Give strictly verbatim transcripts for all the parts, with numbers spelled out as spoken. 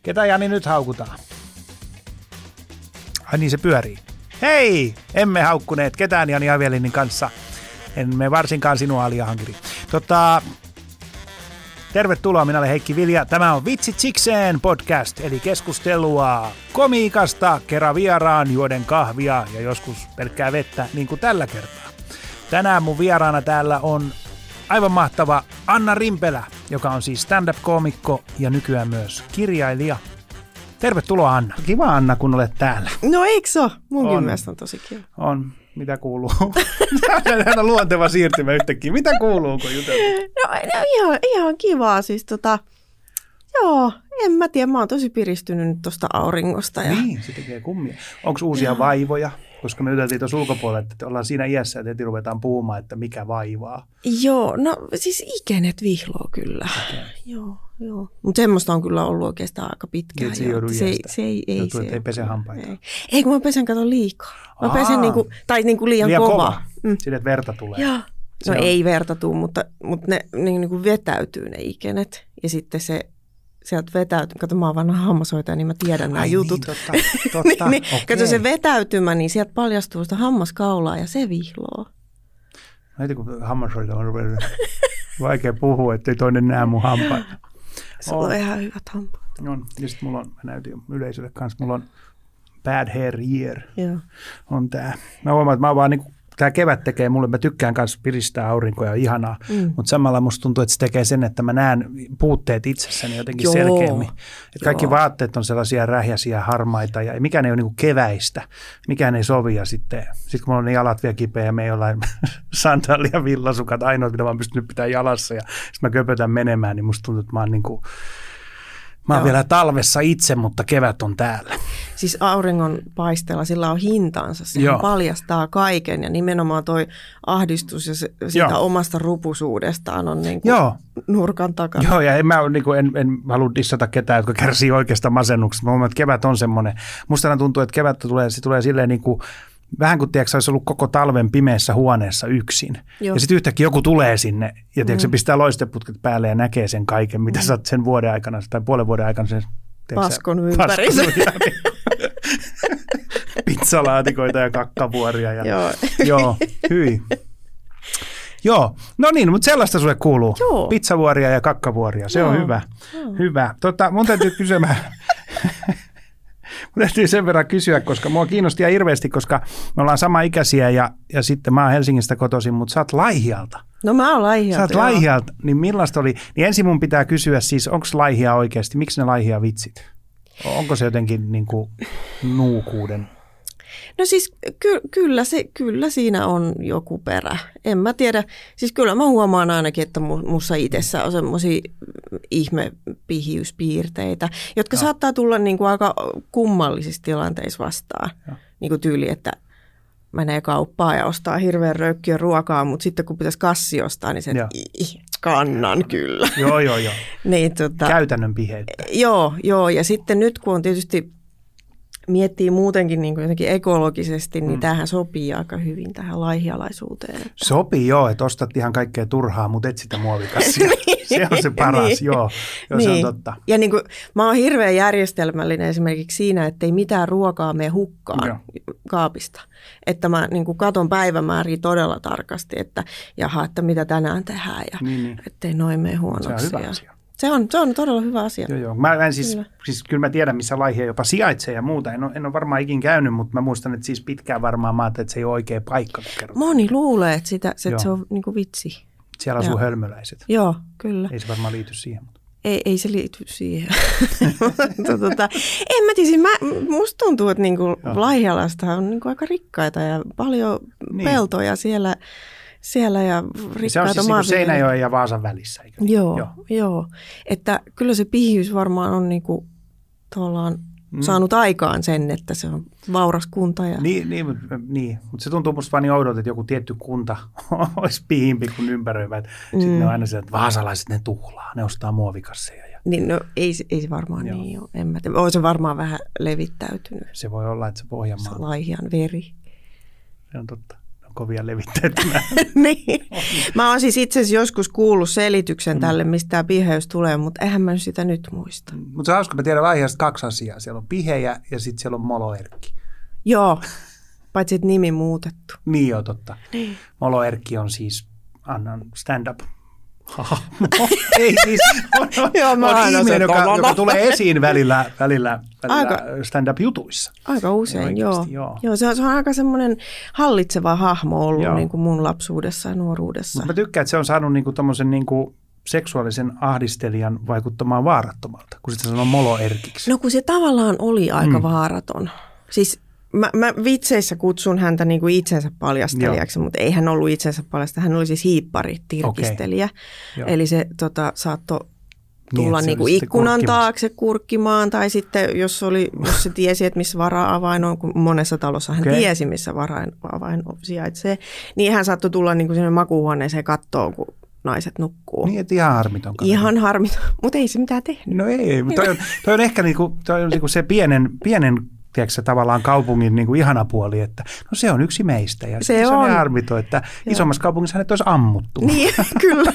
Ketä Jani nyt haukutaan? Ai niin se pyörii. Hei! Emme haukkuneet ketään Jani Avielinin kanssa. Emme varsinkaan sinua Alia Hankiri. Tota, tervetuloa, minä olen Heikki Vilja. Tämä on Vitsit sikseen podcast, eli keskustelua komiikasta, kerran vieraan, juoden kahvia ja joskus pelkkää vettä, niin kuin tällä kertaa. Tänään mun vieraana täällä on aivan mahtava Anna Rimpelä, joka on siis stand-up-koomikko ja nykyään myös kirjailija. Tervetuloa Anna. Kiva Anna, kun olet täällä. No eikö se ole? Munkin on. Mielestä on tosi kiva. On. Mitä kuuluu? Tämä on luonteva siirtymä yhtäkkiä. Mitä kuuluu, kun jutellaan? No, no ihan, ihan kivaa. Siis tota, joo, en mä tiedä. Mä oon tosi piristynyt nyt tuosta auringosta. Ja... Niin, se tekee kummia. Onko uusia joo. vaivoja? Koska me juteltiin tuossa ulkopuolella, että ollaan siinä iässä, että heti ruvetaan puhumaan, että mikä vaivaa. Joo, no siis ikenet vihloo kyllä. Okay. Joo, joo. Mutta semmoista on kyllä ollut oikeastaan aika pitkään. Niin, se joudu se, se ei, ei, Joutuu, se ei pese hampaita. Ei. ei, kun mä pesen kato liikaa. Mä Aa, pesen niinku, tai niinku liian, liian kova. kova. Mm. Sille, että verta tulee. Joo. No on... ei verta tule, mutta, mutta ne niin, niin kuin vetäytyy ne ikenet. Ja sitten se... Sieltä vetäytymä, kato mä oon vanha hammashoitaja, niin mä tiedän nämä Ai jutut. Niin, totta, totta. niin, okay. Kato se vetäytymä, niin sieltä paljastuu sitä hammaskaulaa ja se vihloo. Heti kun hammashoitaja on ruvennut vaikea puhua, ettei toinen näe mun hampaita. Sulla on, on ihan hyvät hampaat. On. Ja sitten mulla on, mä näytin yleisölle kanssa, mulla on bad hair year. Joo. On tää. Mä huomaan, että mä oon vaan niinku, tää kevät tekee mulle, mä tykkään kanssa piristää aurinkoja, on ihanaa, mm. mutta samalla musta tuntuu, että se tekee sen, että mä näen puutteet itsessäni jotenkin Joo. selkeämmin. Että kaikki vaatteet on sellaisia rähjäisiä, harmaita ja mikään ei ole niinku keväistä, mikään ei sovi ja sitten sit kun mulla on ne jalat vielä kipeä ja me ei olla sandaalia ja villasukat, ainoat mitä mä oon pystynyt pitää jalassa ja sitten mä köpötän menemään, niin musta tuntuu, että mä oon niinku Mä oon Joo. vielä talvessa itse, mutta kevät on täällä. Siis auringon paisteella sillä on hintansa. Se paljastaa kaiken ja nimenomaan toi ahdistus ja se, siitä Joo. omasta rupusuudestaan on niin kuin nurkan takana. Joo, ja en, mä niin kuin, en, en halua dissata ketään, jotka kärsii oikeasta masennuksesta. Mä huomaan, että kevät on semmoinen. Musta tuntuu, että kevät tulee, se tulee silleen niin kuin vähän kuin tiedätkö, olisi ollut koko talven pimeässä huoneessa yksin. Joo. Ja sitten yhtäkkiä joku tulee sinne ja tiedätkö, mm. pistää loisteputket päälle ja näkee sen kaiken, mitä mm. sä oot sen vuoden aikana tai puolen vuoden aikana sen paskon ympäri. Pizzalaatikoita ja kakkavuoria. Ja, joo, joo hyi. Joo, no niin, mutta sellaista sulle kuuluu. Joo. Pizzavuoria ja kakkavuoria, se joo. on hyvä. Joo. hyvä. Tota, mun täytyy kysymään... Mun täytyy sen verran kysyä, koska mua kiinnosti ja hirveästi, koska me ollaan sama ikäisiä ja, ja sitten mä oon Helsingistä kotoisin, mutta sä oot Laihialta. No mä oon Laihialta. Sä oot Laihialta, niin millaista oli? Niin ensin mun pitää kysyä siis, onko Laihia oikeasti, miksi ne Laihia vitsit? Onko se jotenkin niin kuin nuukuuden? No siis ky- kyllä, se, kyllä siinä on joku perä. En mä tiedä. Siis kyllä mä huomaan ainakin, että mussa itsessä on semmoisia ihmepihiyspiirteitä, jotka no. saattaa tulla niin kuin aika kummallisissa tilanteissa vastaan. No. Niin kuin tyyli, että menee kauppaan ja ostaa hirveän röykkiä ruokaa, mutta sitten kun pitäisi kassi ostaa, niin se kannan kyllä. Joo, joo, joo. niin, tota, käytännön piheitä. Joo, joo. Ja sitten nyt kun on tietysti miettii muutenkin niin kuin jotenkin ekologisesti, niin mm. tämähän sopii aika hyvin tähän laihialaisuuteen. Että... Sopii joo, että ostat ihan kaikkea turhaa, mutta et sitä muovikassia. niin, se on se paras, niin. joo, joo niin. se on totta. Ja niin kuin, mä oon hirveän järjestelmällinen esimerkiksi siinä, että ei mitään ruokaa mene hukkaan joo. kaapista. Että mä niin kuin katon päivämääriä todella tarkasti, että jaha, että mitä tänään tehdään ja niin, niin. ettei noin mene huonoksi. Se on hyvä asia. Se on, se on todella hyvä asia. Joo, joo. Mä en siis, kyllä. siis kyllä mä tiedän, missä Laihia jopa sijaitsee ja muuta. En ole, en ole varmaan ikin käynyt, mutta mä muistan, että siis pitkään varmaan mä ajattelin, että se ei ole oikea paikka. Moni luulee, että, sitä, että se on niin kuin vitsi. Siellä asuu hölmöläiset. Joo, kyllä. Ei se varmaan liity siihen. Mutta. Ei, ei se liity siihen. tota, en mä tiedä, mä, musta tuntuu, että niin kuin Laihialasta on niin kuin aika rikkaita ja paljon niin. peltoja siellä. Siellä ja rikkaita se on siis niin Seinäjoen ja Vaasan välissä. Eikö? Joo, joo, joo. Että kyllä se pihiys varmaan on niinku tavallaan mm. saanut aikaan sen, että se on vauras kunta. Ja... Niin, niin, niin. mutta se tuntuu musta vaan niin oudolta, että joku tietty kunta olisi pihimpi kuin ympäröivä. Mm. Sitten ne on aina se, että vaasalaiset ne tuhlaa, ne ostaa muovikasseja. Ja... Niin, no ei, ei se varmaan joo. niin ole. En mä tiedä. On se varmaan vähän levittäytynyt. Se voi olla, että se Pohjanmaa. Se Laihian veri. Se on totta. kovia levittäytymään. Niin. Mä oon siis itse asiassa joskus kuullut selityksen tälle, mistä tämä piheys tulee, mutta eihän mä sitä nyt muista. Mutta se on hauska, mä tiedän Laihiasta kaksi asiaa. Siellä on pihejä ja sitten siellä on moloerkki. Joo, paitsi että nimi muutettu. Niin joo, totta. Niin. Moloerkki on siis Annan stand-up. Ei siis, on, Joo, on ihminen, joka, joka tulee esiin välillä, välillä, välillä aika, stand-up-jutuissa. Aika usein, joo. Oikeasti, joo. joo se, on, se on aika semmoinen hallitseva hahmo ollut niin kuin mun lapsuudessa ja nuoruudessa. Mut mä tykkään, että se on saanut niin kuin tommosen niin kuin seksuaalisen ahdistelijan vaikuttamaan vaarattomalta, kun sitä sanoo moloerkiksi. No kun se tavallaan oli aika mm. vaaraton. Siis Mä, mä vitseissä kutsun häntä niin kuin itsensä paljastelijaksi, Joo. mutta ei hän ollut itsensä paljastaja. Hän oli siis hiippari, tirkistelijä. Okay. Eli se tota, saattoi tulla niin, niin kuin ikkunan taakse kurkkimaan. Tai sitten, jos, oli, jos se tiesi, että missä vara-avain on, kun monessa talossa hän okay. tiesi, missä vara-avain sijaitsee, niin hän saattoi tulla niin kuin sinne makuuhuoneeseen kattoon, kun naiset nukkuu. Niin, että ihan harmiton. Ihan harmiton, mutta ei se mitään tehnyt. No ei, mutta toi on, toi on ehkä niin kuin, toi on niin kuin se pienen, pienen tiedätkö, tavallaan kaupungin niin kuin ihana puoli, että no se on yksi meistä. Ja se, se on, on harmito, että Joo. isommassa kaupungissa hänet olisi ammuttu. Niin, kyllä.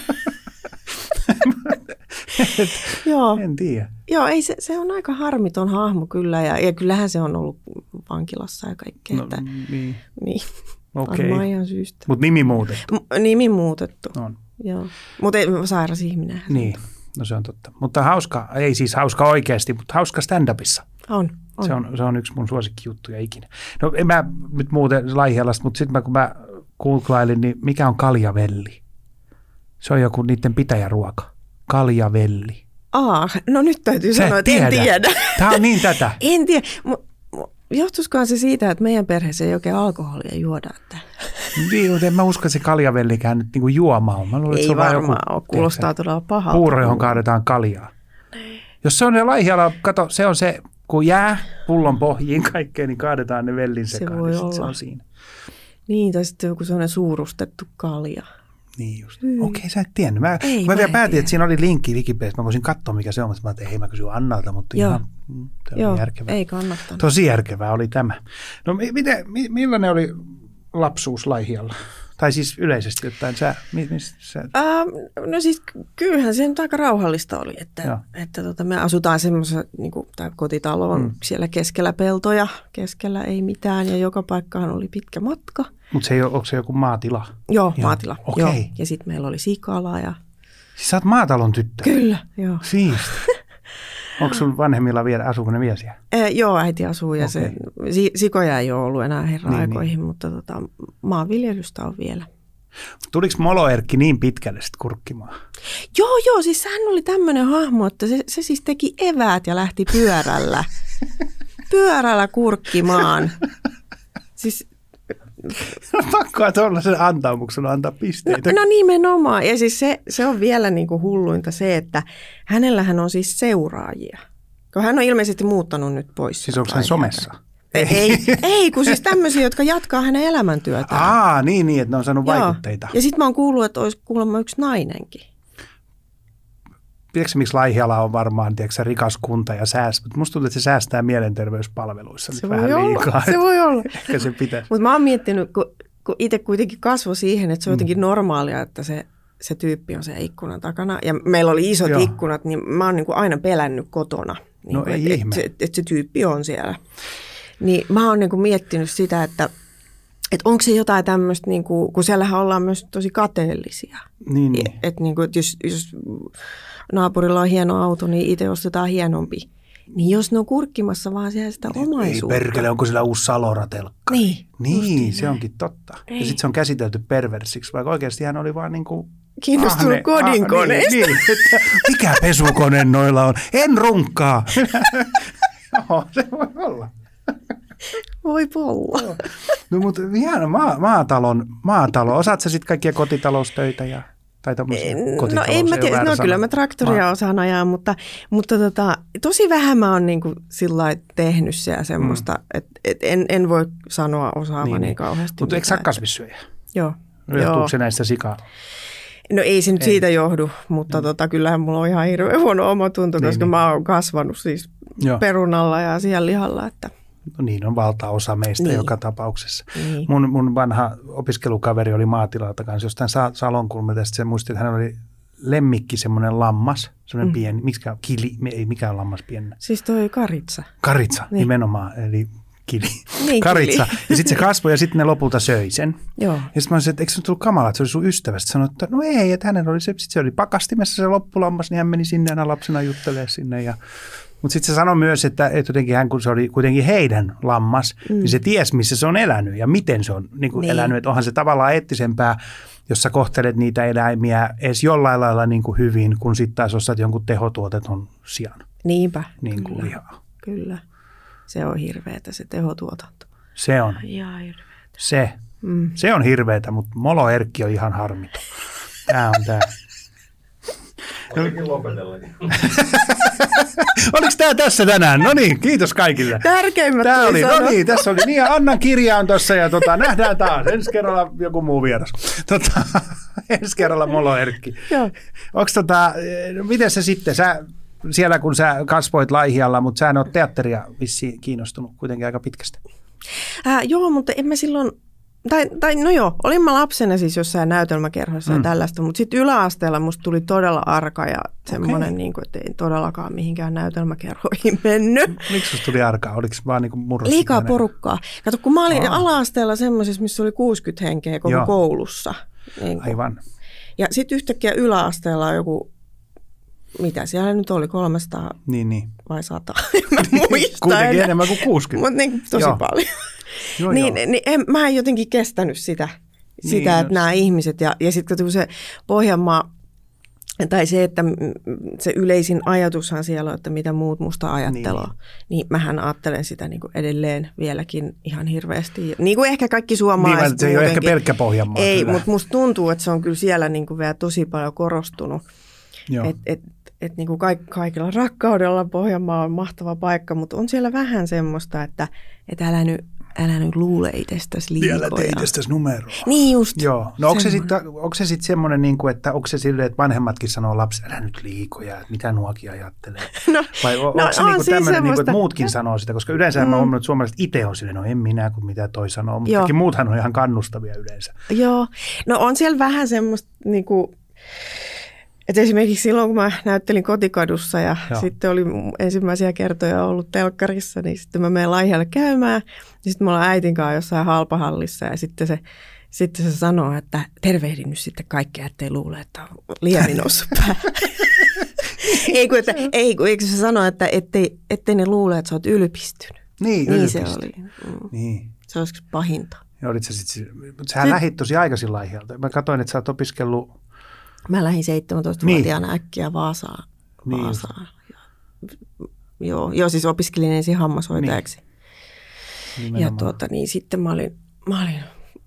Et, Joo. En tiedä. Joo, ei, se, se on aika harmiton hahmo kyllä, ja, ja kyllähän se on ollut vankilassa ja kaikkea. No, että, niin. niin. Okei. Okay. ihan syystä. Mutta nimi muutettu. M- nimi muutettu, on. Joo. Mutta sairas ihminen. Niin, no se on totta. Mutta hauska, ei siis hauska oikeasti, mutta hauska stand-upissa. On. On. Se, on, se on yksi mun suosikkijuttuja ikinä. No en mä nyt muuten Laihialasta, mutta sitten kun mä googlailin, niin mikä on kaljavelli? Se on joku niiden pitäjäruoka. Kaljavelli. Aa, no nyt täytyy Sä sanoa, että tiedä. en tiedä. Tämä on niin tätä. En tiedä. Johtuisikohan se siitä, että meidän perheessä ei oikein alkoholia juoda? Että... Niin, mutta en mä usko, että se kaljavellikään nyt niinku juoma on. Mä luulen, ei se on varmaan ole. Kuulostaa todella pahalta. Puuro, johon kaadetaan kaljaa. Niin. Jos se on ne Laihiala, kato, se on se... Kun jää pullon pohjiin kaikkeen, niin kaadetaan ne vellin sekaan. Se voi olla. Se on siinä. Niin, tai sitten joku sellainen suurustettu kalja. Niin just. Mm. Okei, okay, sä et tiennyt. Mä, ei, mä, mä vielä päätin, tiedä. Että siinä oli linkki Wikipediassa. Mä voisin katsoa, mikä se on. Mä ajattelin, että hei, mä kysyn Annalta, mutta Joo. ihan Joo, järkevää. ei kannattanut. Tosi järkevää oli tämä. No miten, millainen oli lapsuus Laihialla? Tai siis yleisesti jotain, sä, mistä sä? Ähm, no siis kyllähän se nyt aika rauhallista oli, että, että tota, me asutaan semmoisessa, niin kuin tämä kotitalo on mm. siellä keskellä peltoja, keskellä ei mitään ja joka paikkaan oli pitkä matka. Mutta se ei ole, onko se joku maatila? Joo, joo. maatila. Okei. Okay. Ja sitten meillä oli sikala ja... Siis sä oot maatalon tyttö? Kyllä, joo. Siisti. Onko sun vanhemmilla vielä, asuuko ne vielä siellä? Eh, joo, äiti asuu ja okay. se, sikoja ei ole ollut enää herra-aikoihin, niin, niin. mutta tota, maanviljelystä on vielä. Tuliko moloerkki niin pitkälle sitten kurkkimaan? Joo, joo, siis sehän oli tämmöinen hahmo, että se, se siis teki eväät ja lähti pyörällä. pyörällä kurkkimaan. Siis... Pakkoa tuollaisen antaumuksen antaa pisteitä. No, no nimenomaan. Ja siis se, se on vielä niin kuin hulluinta se, että hänellähän on siis seuraajia. Kun hän on ilmeisesti muuttanut nyt pois. Siis onko hän somessa? Ei, ei, ei, kun siis tämmöisiä, jotka jatkaa hänen elämäntyötään. Aa, niin, niin, että ne on saanut Joo. vaikutteita. Ja sitten mä oon kuullut, että olisi kuulemma yksi nainenkin. Tiedätkö, miksi Laihiala on varmaan tiedätkö, rikas kunta ja säästää? Mutta musta tuntuu, että se säästää mielenterveyspalveluissa se nyt vähän olla. liikaa. Se voi olla. Ehkä se pitäisi. Mutta mä oon miettinyt, kun, kun itse kuitenkin kasvoi siihen, että se on jotenkin mm. normaalia, että se, se tyyppi on se ikkunan takana. Ja meillä oli isot Joo. ikkunat, niin mä oon niin kuin aina pelännyt kotona. Niin no kuin, ei että ihme. et, et, et se tyyppi on siellä. Niin mä oon niin kuin miettinyt sitä, että että onko se jotain tämmöistä, niin kuin, kun siellähän ollaan myös tosi kateellisia. Niin, niin. Että niin kuin, et jos, jos naapurilla on hieno auto, niin itse ostetaan hienompi. Niin jos ne on kurkkimassa vaan siellä sitä niin, omaisuutta. Ei perkele, onko sillä uusi saloratelkka? Niin. Niin, se onkin totta. Ei. Ja sitten se on käsitelty perversiksi, vaikka oikeasti hän oli vaan niin kuin... Kiinnostunut ahne, kodinkoneesta. Ah, niin, niin, mikä pesukone noilla on? En runkkaa. Joo, se voi olla. Voi olla. No mutta hieno, ma- maatalon, maatalo. Osaatko sä sitten kaikkia kotitaloustöitä ja, tai tämmöisiä No en mä tiedä, no kyllä mä traktoria Ma- osaan ajaa, mutta, mutta tota, tosi vähän mä oon niinku sillä tehnyt se ja semmoista, mm. että et en, en voi sanoa osaavani niin, kauheasti. Mutta eikö sä ole kasvissyöjä? Joo. Johtuuko se näistä sikaa? No ei se nyt ei. siitä johdu, mutta no. tota, kyllähän mulla on ihan hirveän huono omatunto, niin, koska niin. mä oon kasvanut siis Joo. perunalla ja sianlihalla, että... niin on valtaosa meistä niin. joka tapauksessa. Niin. Mun, mun vanha opiskelukaveri oli maatilalta kanssa jostain Salonkulmalta, se muisti, että hän oli lemmikki semmoinen lammas, semmoinen mm. pieni, mikä kili, ei mikään lammas pieni. Siis toi karitsa. Karitsa, niin. nimenomaan, eli kili. Niin, karitsa. Kili. Ja sitten se kasvoi ja sitten ne lopulta söi sen. Joo. Ja sitten mä olisin, että eikö se tullut kamala, että se oli sun ystävä. Sitten sanoin, että no ei, että hänellä oli se, sit se oli pakastimessa se loppulammas, niin hän meni sinne aina lapsena juttelemaan sinne. Ja, mutta sitten se sanoi myös, että, että jotenkin hän, kun se oli kuitenkin heidän lammas, mm. niin se ties, missä se on elänyt ja miten se on niin kuin niin. elänyt. Että onhan se tavallaan eettisempää, jos sä kohtelet niitä eläimiä edes jollain lailla niin kuin hyvin, kun sitten taas ostat jonkun tehotuotetun sian. Niinpä. Niin kuin kyllä. lihaa. Kyllä. Se on hirveätä se tehotuoto. Se on. Ihan hirveätä. Se. Mm. Se on hirveätä, mutta moloerkki on ihan harmiton. Tämä on tämä. Olikin lopetella. Oliko tämä tässä tänään? No niin, kiitos kaikille. Tärkeimmät tämä oli, no niin, tässä oli. Niin, Annan kirja on tuossa ja tota, nähdään taas. Ensi kerralla joku muu vieras. Tota, ensi kerralla moloerkki. Joo. Onko tota, miten sä sitten, sä, siellä kun sä kasvoit Laihialla, mutta sä en ole teatteria vissiin kiinnostunut kuitenkin aika pitkästä. Äh, joo, mutta en mä silloin, tai, tai no joo, olin mä lapsena siis jossain näytelmäkerhoissa mm. ja tällaista, mutta sitten yläasteella musta tuli todella arka ja semmoinen, okay. niin kuin, että ei todellakaan mihinkään näytelmäkerhoihin mennyt. Miksi susta tuli arkaa? Oliko vaan niin kuin murros? Liikaa porukkaa. Kato, kun mä olin Aa. ala-asteella semmoisessa, missä oli kuusikymmentä henkeä koko joo. koulussa. Niin aivan. Ja sitten yhtäkkiä yläasteella on joku, mitä siellä nyt oli, kolmesataa niin, niin. vai sata, en mä muista. Kuitenkin enää. enemmän kuin kuusikymmentä. Mutta niin, tosi joo. paljon. Joo, niin, joo. niin en, mä en jotenkin kestänyt sitä, niin, sitä että nämä ihmiset, ja, ja sitten kun se Pohjanmaa, tai se, että se yleisin ajatushan siellä on, että mitä muut musta ajatteloo, niin, niin mähän ajattelen sitä niin kuin edelleen vieläkin ihan hirveästi. Niin kuin ehkä kaikki suomalaiset. Niin, se ei ole ehkä pelkkä Pohjanmaa. Ei, kyllä. Mutta musta tuntuu, että se on kyllä siellä niin kuin vielä tosi paljon korostunut. Että et, et niin kuin kaik, kaikilla rakkaudella Pohjanmaa on mahtava paikka, mutta on siellä vähän semmoista, että et älä nyt Älä nyt luule itsestäsi liikoja. Älä tee itsestäsi numeroa. Niin just. Joo. No onko se sitten sit semmoinen, niin että onko se silleen, että vanhemmatkin sanoo lapsi, älä nyt liikoja, että mitä nuokin ajattelee? No, Vai on, no, onko se on niin siis tämmöinen, niin että muutkin sanoo sitä? Koska yleensä mm. mä huomannut, että suomalaiset itse on silleen, no en minä kuin mitä toi sanoo, mutta kaikki muuthan on ihan kannustavia yleensä. Joo. No on siellä vähän semmoista niin kuin, että esimerkiksi silloin, kun mä näyttelin Kotikadussa ja Joo. sitten oli ensimmäisiä kertoja ollut telkkarissa, niin sitten mä menen Laihialle käymään. Ja sitten me ollaan äitin kanssa jossain halpahallissa ja sitten se, sitten se sanoo, että tervehdin nyt sitten kaikkea, ettei luule, että on liemi noussut päähän. ei, kun, että, ei, kun eikö se sano, että ettei, ettei ne luule, että sä oot ylpistynyt. Niin, niin ylpistynyt. se oli. Mm. Niin. Se olisi pahinta. Ja olit sä sit, sähän se... lähit tosi aikaisin Laihialta. Mä katsoin, että sä oot opiskellut... Mä lähdin seitsemäntoistavuotiaana niin. äkkiä Vaasaan. Niin. Vaasaan. Joo, joo, siis opiskelin ensin hammashoitajaksi. Niin. Ja tuota, niin sitten mä olin, mä olin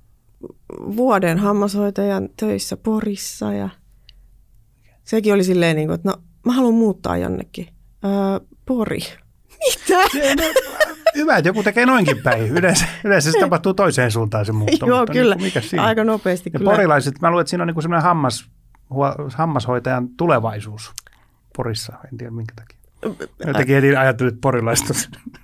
vuoden hammashoitajan töissä Porissa ja sekin oli silleen, niin kuin, että no mä haluan muuttaa jonnekin. Öö, Pori. Mitä? No, hyvä, että joku tekee noinkin päin. Yleensä, yleensä se tapahtuu toiseen suuntaan se muutto. Joo, mutta kyllä. Niin aika nopeasti. Ja kyllä. porilaiset, mä luulen, että siinä on niin semmoinen hammas, hammashoitajan tulevaisuus Porissa. En tiedä minkä takia. Jotenkin heti ajattelin, että porilaiset on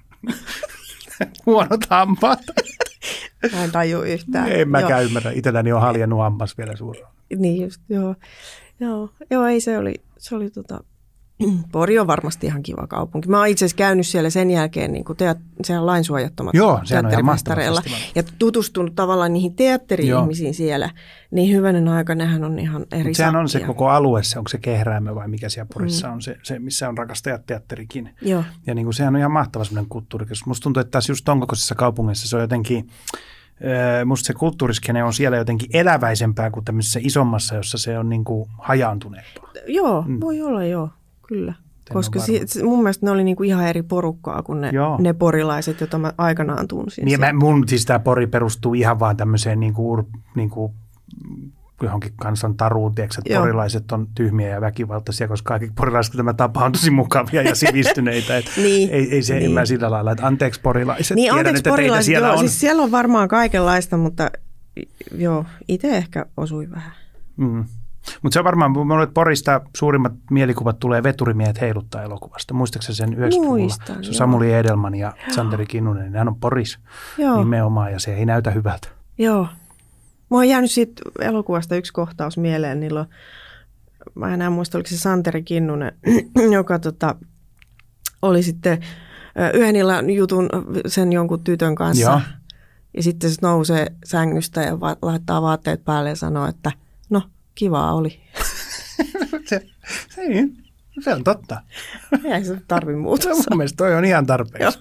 huonot hampaat. Mä en tajua yhtään. En mäkään ymmärrä. Itselläni on haljennut hammas vielä suoraan. Niin just, joo. Joo, joo ei se oli, se oli tota, Pori on varmasti ihan kiva kaupunki. Mä oon itse asiassa käynyt siellä sen jälkeen niin kuin teat, siellä lainsuojattomat joo, teatterimestareilla ja tutustunut tavallaan niihin teatteri-ihmisiin joo. siellä. Niin hyvänen aika, nehän on ihan eri sehän on se koko alue, se onko se Kehräämö vai mikä siellä Porissa mm. on se, se, missä on rakastajat teatterikin. Joo. Ja niin kuin sehän on ihan mahtava semmoinen kulttuuri. Musta tuntuu, että taas just ton kokoisessa kaupungissa se on jotenkin, musta se kulttuuriskene on siellä jotenkin eläväisempää kuin tämmöisessä isommassa, jossa se on niin kuin hajaantuneempaa. Joo, mm. voi olla joo. Kyllä, en koska si- mun mielestä ne oli niinku ihan eri porukkaa kuin ne, ne porilaiset, joita mä aikanaan tunsin. Niin mä, mun siis tämä Pori perustuu ihan vaan tämmöiseen niinku, niinku, johonkin kansan taruun, tiiäksä, että porilaiset on tyhmiä ja väkivaltaisia, koska kaikki porilaiset tämä tapa on tosi mukavia ja sivistyneitä. Et niin, ei, ei se niin. Mä sillä lailla, että anteeksi porilaiset. Niin, tiedän, anteeksi että porilaiset, siellä joo, on. Siis siellä on varmaan kaikenlaista, mutta joo, itse ehkä osui vähän. Mm. Mutta se on varmaan, minulle Porista suurimmat mielikuvat tulee Veturimiehet heiluttaa elokuvasta. Muistatko sen yhdeksänkymmentäluvulla? Muistan, se on Samuli Edelman ja Santeri Kinnunen. Hän on Poris joo. nimenomaan ja se ei näytä hyvältä. Joo. Mua on jäänyt siitä elokuvasta yksi kohtaus mieleen. Niillä on, mä enää muista, oliko se Santeri Kinnunen, joka tota, oli sitten yhden illan jutun sen jonkun tytön kanssa. Joo. Ja sitten se nousee sängystä ja va- laittaa vaatteet päälle ja sanoo, että no, kivaa oli. se, se, se on totta. Ei se tarvitse muuta. Mun mielestä toi on ihan tarpeeksi.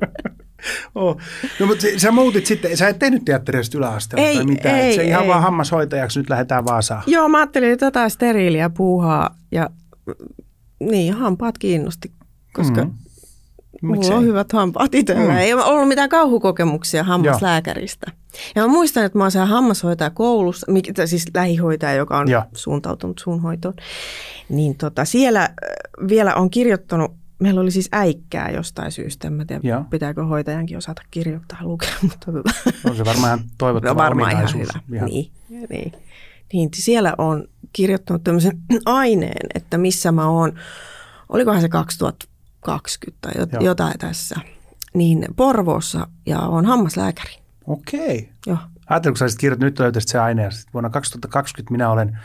oh. No, mutta sä muutit sitten, sä et tehnyt teatterista yläasteella tai mitään. Ei, se ihan ei. vaan hammashoitajaksi, nyt lähdetään Vaasaan. Joo, mä ajattelin, että jotain steriiliä puuhaa ja niin, hampaat kiinnosti, koska mm. mulla on hyvät hampaat itsellä. Mm. Ei ole ollut mitään kauhukokemuksia hammaslääkäristä. Ja mä muistan, että mä oon siellä hammashoitaja koulussa, siis lähihoitaja, joka on Joo. suuntautunut suunhoitoon. Niin tota, siellä vielä on kirjoittanut, meillä oli siis äikkää jostain syystä. En mä tiedä, Joo. pitääkö hoitajankin osata kirjoittaa lukea. Mutta on se varmaan toivottava varmaan ominaisuus. Ihan hyvä. Ihan. Niin, niin. niin, siellä on kirjoittanut tämmöisen aineen, että missä mä oon, olikohan se kaksituhattakaksikymmentä tai jotain tässä, niin Porvoossa ja on hammaslääkäri. Okei. Joo. Ajattelin, kun sä olisit kirjoittanut, nyt löytäisit se aine. Vuonna kaksituhattakaksikymmentä minä olen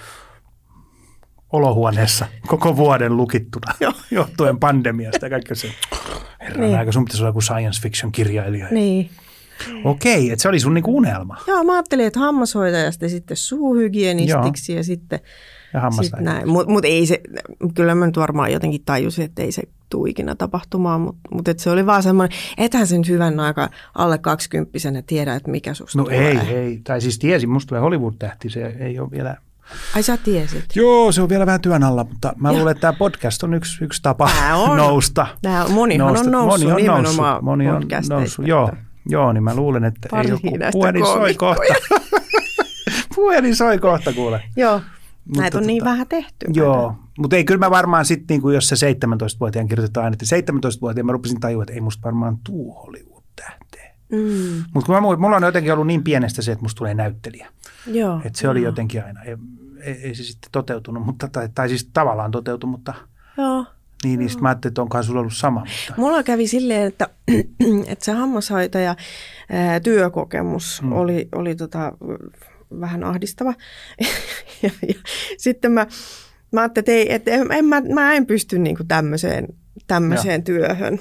olohuoneessa koko vuoden lukittuna johtuen pandemiasta ja kaikki se. Herran niin. aika, sun pitäisi olla joku science fiction kirjailija. Niin. Okei, että se oli sun niinku unelma. Joo, mä ajattelin, että hammashoitajasta sitten suuhygienistiksi Joo. ja sitten ja hammaslääkäri. Sit Mutta mut ei se, kyllä mä nyt varmaan jotenkin tajusin, että ei se tule ikinä tapahtumaan, mutta mut se oli vaan semmoinen, ethän sen hyvän aika alle kaksikymppisenä tiedä, että mikä susta no tulee. No ei, ei. Tai siis tiesin, musta tulee Hollywood-tähti, se ei ole vielä. Ai sä tiesit? Joo, se on vielä vähän työn alla, mutta mä Joo. luulen, että tämä podcast on yksi, yksi tapa on. nousta. Tää, monihan nousta. on noussut moni on nimenomaan moni on noussut. Joo, joo, niin mä luulen, että ei joku puhelin soi kohta. Puhelin soi kohta, kuule. Joo, mutta näitä on tota, niin vähän tehty. Joo, mutta ei kyllä mä varmaan sitten, niin kuin jos se seitsemäntoistavuotiaan kirjoitetaan aina, että seitsemäntoistavuotiaan mä rupesin tajua, että ei musta varmaan tuu Hollywood-tähteen. Mm. Mutta kun mä, mulla on jotenkin ollut niin pienestä se, että musta tulee näyttelijä. Joo. Että se oli joo. jotenkin aina, ei, ei, ei se sitten toteutunut, mutta, tai, tai siis tavallaan toteutui, mutta joo. niin, niin mä ajattelin, että onkohan sulla ollut sama. Mutta. Mulla kävi silleen, että, että se hammashoitaja ää, työkokemus mm. oli, oli tota, vähän ahdistava. ja, ja, sitten mä, mä ajattelin, että, ei, että en, en, mä, mä en pysty niin kuin tämmöiseen, tämmöiseen työhön.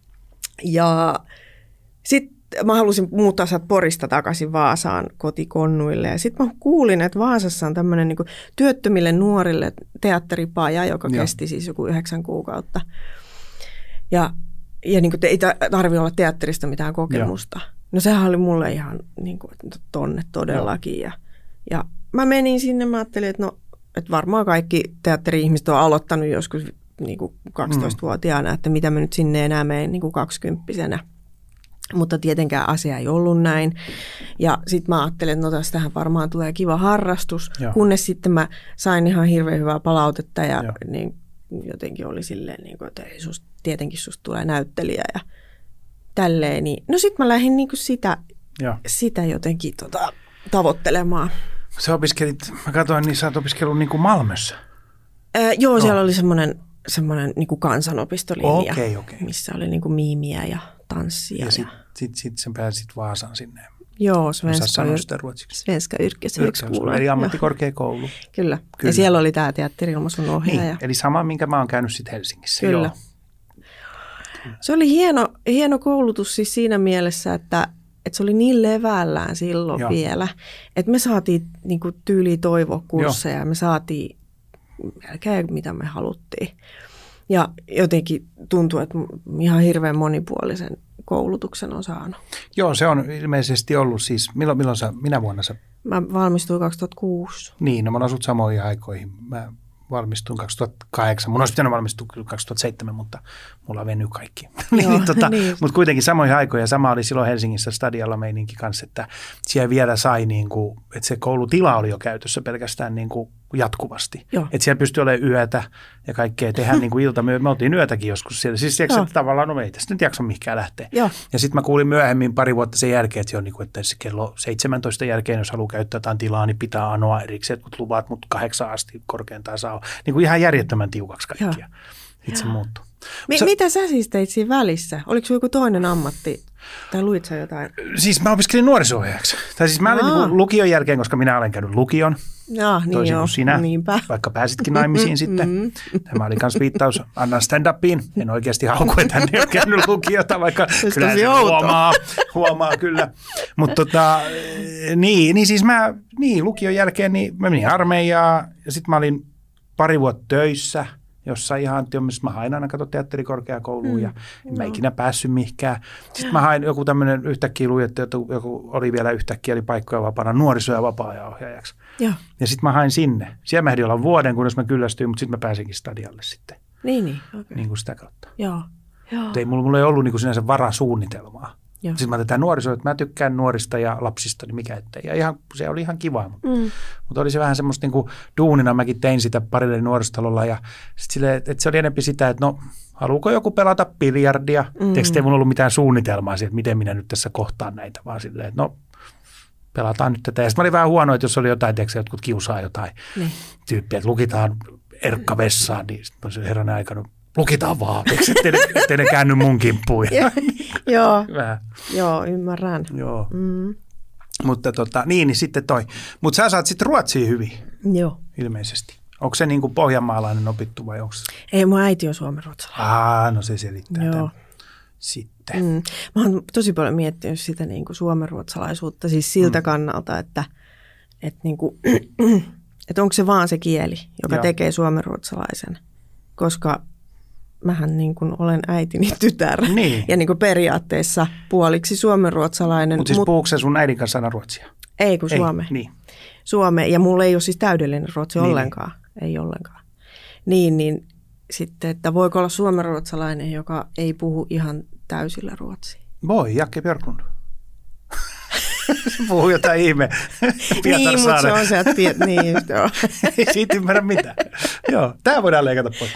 Ja sitten mä halusin muuttaa sieltä Porista takaisin Vaasaan kotikonnuille. Ja sitten mä kuulin, että Vaasassa on tämmöinen niin kuin työttömille nuorille teatteripaja, joka Joo. kesti siis joku yhdeksän kuukautta. Ja, ja niin kuin ei tarvitse olla teatterista mitään kokemusta. Joo. No sehän oli mulle ihan niin kuin, tonne todellakin. Ja, ja mä menin sinne, mä ajattelin, että, no, että varmaan kaikki teatteri-ihmiset on aloittanut joskus niin kuin kaksitoistavuotiaana, mm. että mitä mä nyt sinne enää menen niin kuin kaksikymppisenä. Mutta tietenkään asia ei ollut näin. Ja sitten mä ajattelin, että no tästähän varmaan tulee kiva harrastus, Joo. kunnes sitten mä sain ihan hirveän hyvää palautetta ja niin jotenkin oli silleen, niin kuin, että ei susta, tietenkin susta tulee näyttelijä ja tälleen. Niin. No sitten mä lähdin niin kuin sitä, sitä jotenkin tota, tavoittelemaan. Sä opiskelit, mä katsoin, niin sä oot opiskellut niin kuin Malmössä. Ää, joo, no. siellä oli semmoinen, semmoinen niin kuin kansanopistolinja, okay, okay. missä oli niin kuin miimiä ja tanssia. Ja sitten sit, sit sen pääsit Vaasaan sinne. Joo, Svenska, yr- Svenska yrkeshögskola. Eli ammattikorkeakoulu. Kyllä. Kyllä, ja siellä oli tämä teatteri-ilmaisun ohjaaja. Niin, eli sama, minkä mä oon käynyt sitten Helsingissä. Kyllä. Joo. Se oli hieno, hieno koulutus siis siinä mielessä, että, että se oli niin levällään silloin Joo. vielä, että me saatiin niin kuin tyyli toivokursseja ja me saatiin melkein mitä me haluttiin. Ja jotenkin tuntuu, että ihan hirveän monipuolisen koulutuksen on saanut. Joo, se on ilmeisesti ollut siis, milloin, milloin sä, minä vuonna sä? Mä valmistuin kaksituhattakuusi. Niin, no mä asut samoihin aikoihin. Mä valmistuin kaksituhattakahdeksan. Mun olisi pitänyt valmistua kyllä kaksituhattaseitsemän, mutta mulla on vennyt kaikki. niin, tota, niin. Mutta kuitenkin samoihin aikoihin. Sama oli silloin Helsingissä Stadialla meininki kanssa, että siellä vielä sai, niin kuin, että se koulutila oli jo käytössä pelkästään niin kuin jatkuvasti. Että siellä pystyi olemaan yötä ja kaikkea tehdä niin kuin ilta. Me, me oltiin yötäkin joskus siellä. Siis että tavallaan, no me ei tästä nyt jaksa mihinkään lähteä. Joo. Ja sitten mä kuulin myöhemmin pari vuotta sen jälkeen, että, jo, niin kuin, että se kello seitsemäntoista jälkeen, jos haluaa käyttää jotain tilaa, niin pitää anoa erikseen, kun luvat, mutta kahdeksan asti korkeintaan saa. Niin kuin ihan järjettömän tiukaksi kaikkia. Sitten se muuttui. Mi- sä, mitä sä siis teit siinä välissä? Oliko sulla joku toinen ammatti? Tai luit sä jotain? Siis mä opiskelin nuoriso-ohjaajaksi. Tai siis mä olin niin lukion jälkeen, koska minä olen käynyt lukion. Jaa, niin toisin joo. kuin sinä, Niinpä. vaikka pääsitkin naimisiin sitten. Tämä oli myös viittaus Annan stand-upiin. En oikeasti hauku, että hän ei ole käynyt lukiota, vaikka kyllä se huomaa, huomaa kyllä. Mutta tota, niin, niin siis mä niin, lukion jälkeen niin mä menin armeijaan ja sitten mä olin pari vuotta töissä. Jossain ihan, missä mä hain aina katso teatterikorkeakouluun mm. ja en mä ikinä päässyt mihinkään. Sitten mä hain joku tämmöinen yhtäkkiä luin, että joku oli vielä yhtäkkiä, oli paikkoja vapaana nuoriso- ja vapaa-ajan ohjaajaksi. Ja, ja sitten mä hain sinne. Siellä mä ehdin olla vuoden, kunnes mä kyllästyin, mutta sitten mä pääsinkin stadialle sitten. Niin, niin. Okay. Niin kuin sitä kautta. Joo. Joo. Ei, mulla, mulla ei ollut niin kuin sinänsä varasuunnitelmaa. Joo. Sitten mä tätä nuorisoa, että mä tykkään nuorista ja lapsista, niin mikä ettei. Ja ihan, se oli ihan kiva, mutta, mm. mutta oli se vähän semmoista niin kuin duunina. Mäkin tein sitä parille nuorisotalolla ja sit sille, että se oli enemmän sitä, että no haluuko joku pelata biljardia? Mm. Teekö ei mulla ollut mitään suunnitelmaa siitä, että miten minä nyt tässä kohtaan näitä, vaan silleen, että no pelataan nyt tätä. Ja sitten mä olin vähän huono, että jos oli jotain, teekö jotkut kiusaa jotain mm. tyyppiä, että lukitaan Erkka vessaan, niin sitten se herranen aikana, lukitaan vaan, ettei ne, ettei ne käänny mun kimppuun. Joo, joo, ymmärrän. Joo, mm. mutta tota, niin, niin sitten toi. Mutta sä saat sitten ruotsia hyvin, joo. ilmeisesti. Onko se niin kuin pohjanmaalainen opittu vai onko se? Ei, mun äiti on suomenruotsalainen. Aa, no se selittää joo. tämän. Sitten. Mm. Mä oon tosi paljon miettinyt sitä niin kuin suomenruotsalaisuutta siis siltä mm. kannalta, että, että, niin kuin, että onko se vaan se kieli, joka joo. tekee suomenruotsalaisen, koska mähän niin kuin olen äitini tytär niin. ja niin kuin periaatteessa puoliksi suomenruotsalainen. Mut siis mut, puhuuko se sun äidin kanssa aina ruotsia? Ei, kun suome. Ei, niin. Suome, ja mulla ei ole siis täydellinen ruotsi niin, ollenkaan. Niin. Ei ollenkaan. Niin, niin sitten, että voiko olla suomenruotsalainen, joka ei puhu ihan täysillä ruotsia? Voi, Jakke Björklund. Puhuu jotain ihme. Niin, mutta se on se, että piet... niin just joo. Ei siitä ymmärrä mitään. Joo, tää voidaan leikata pois.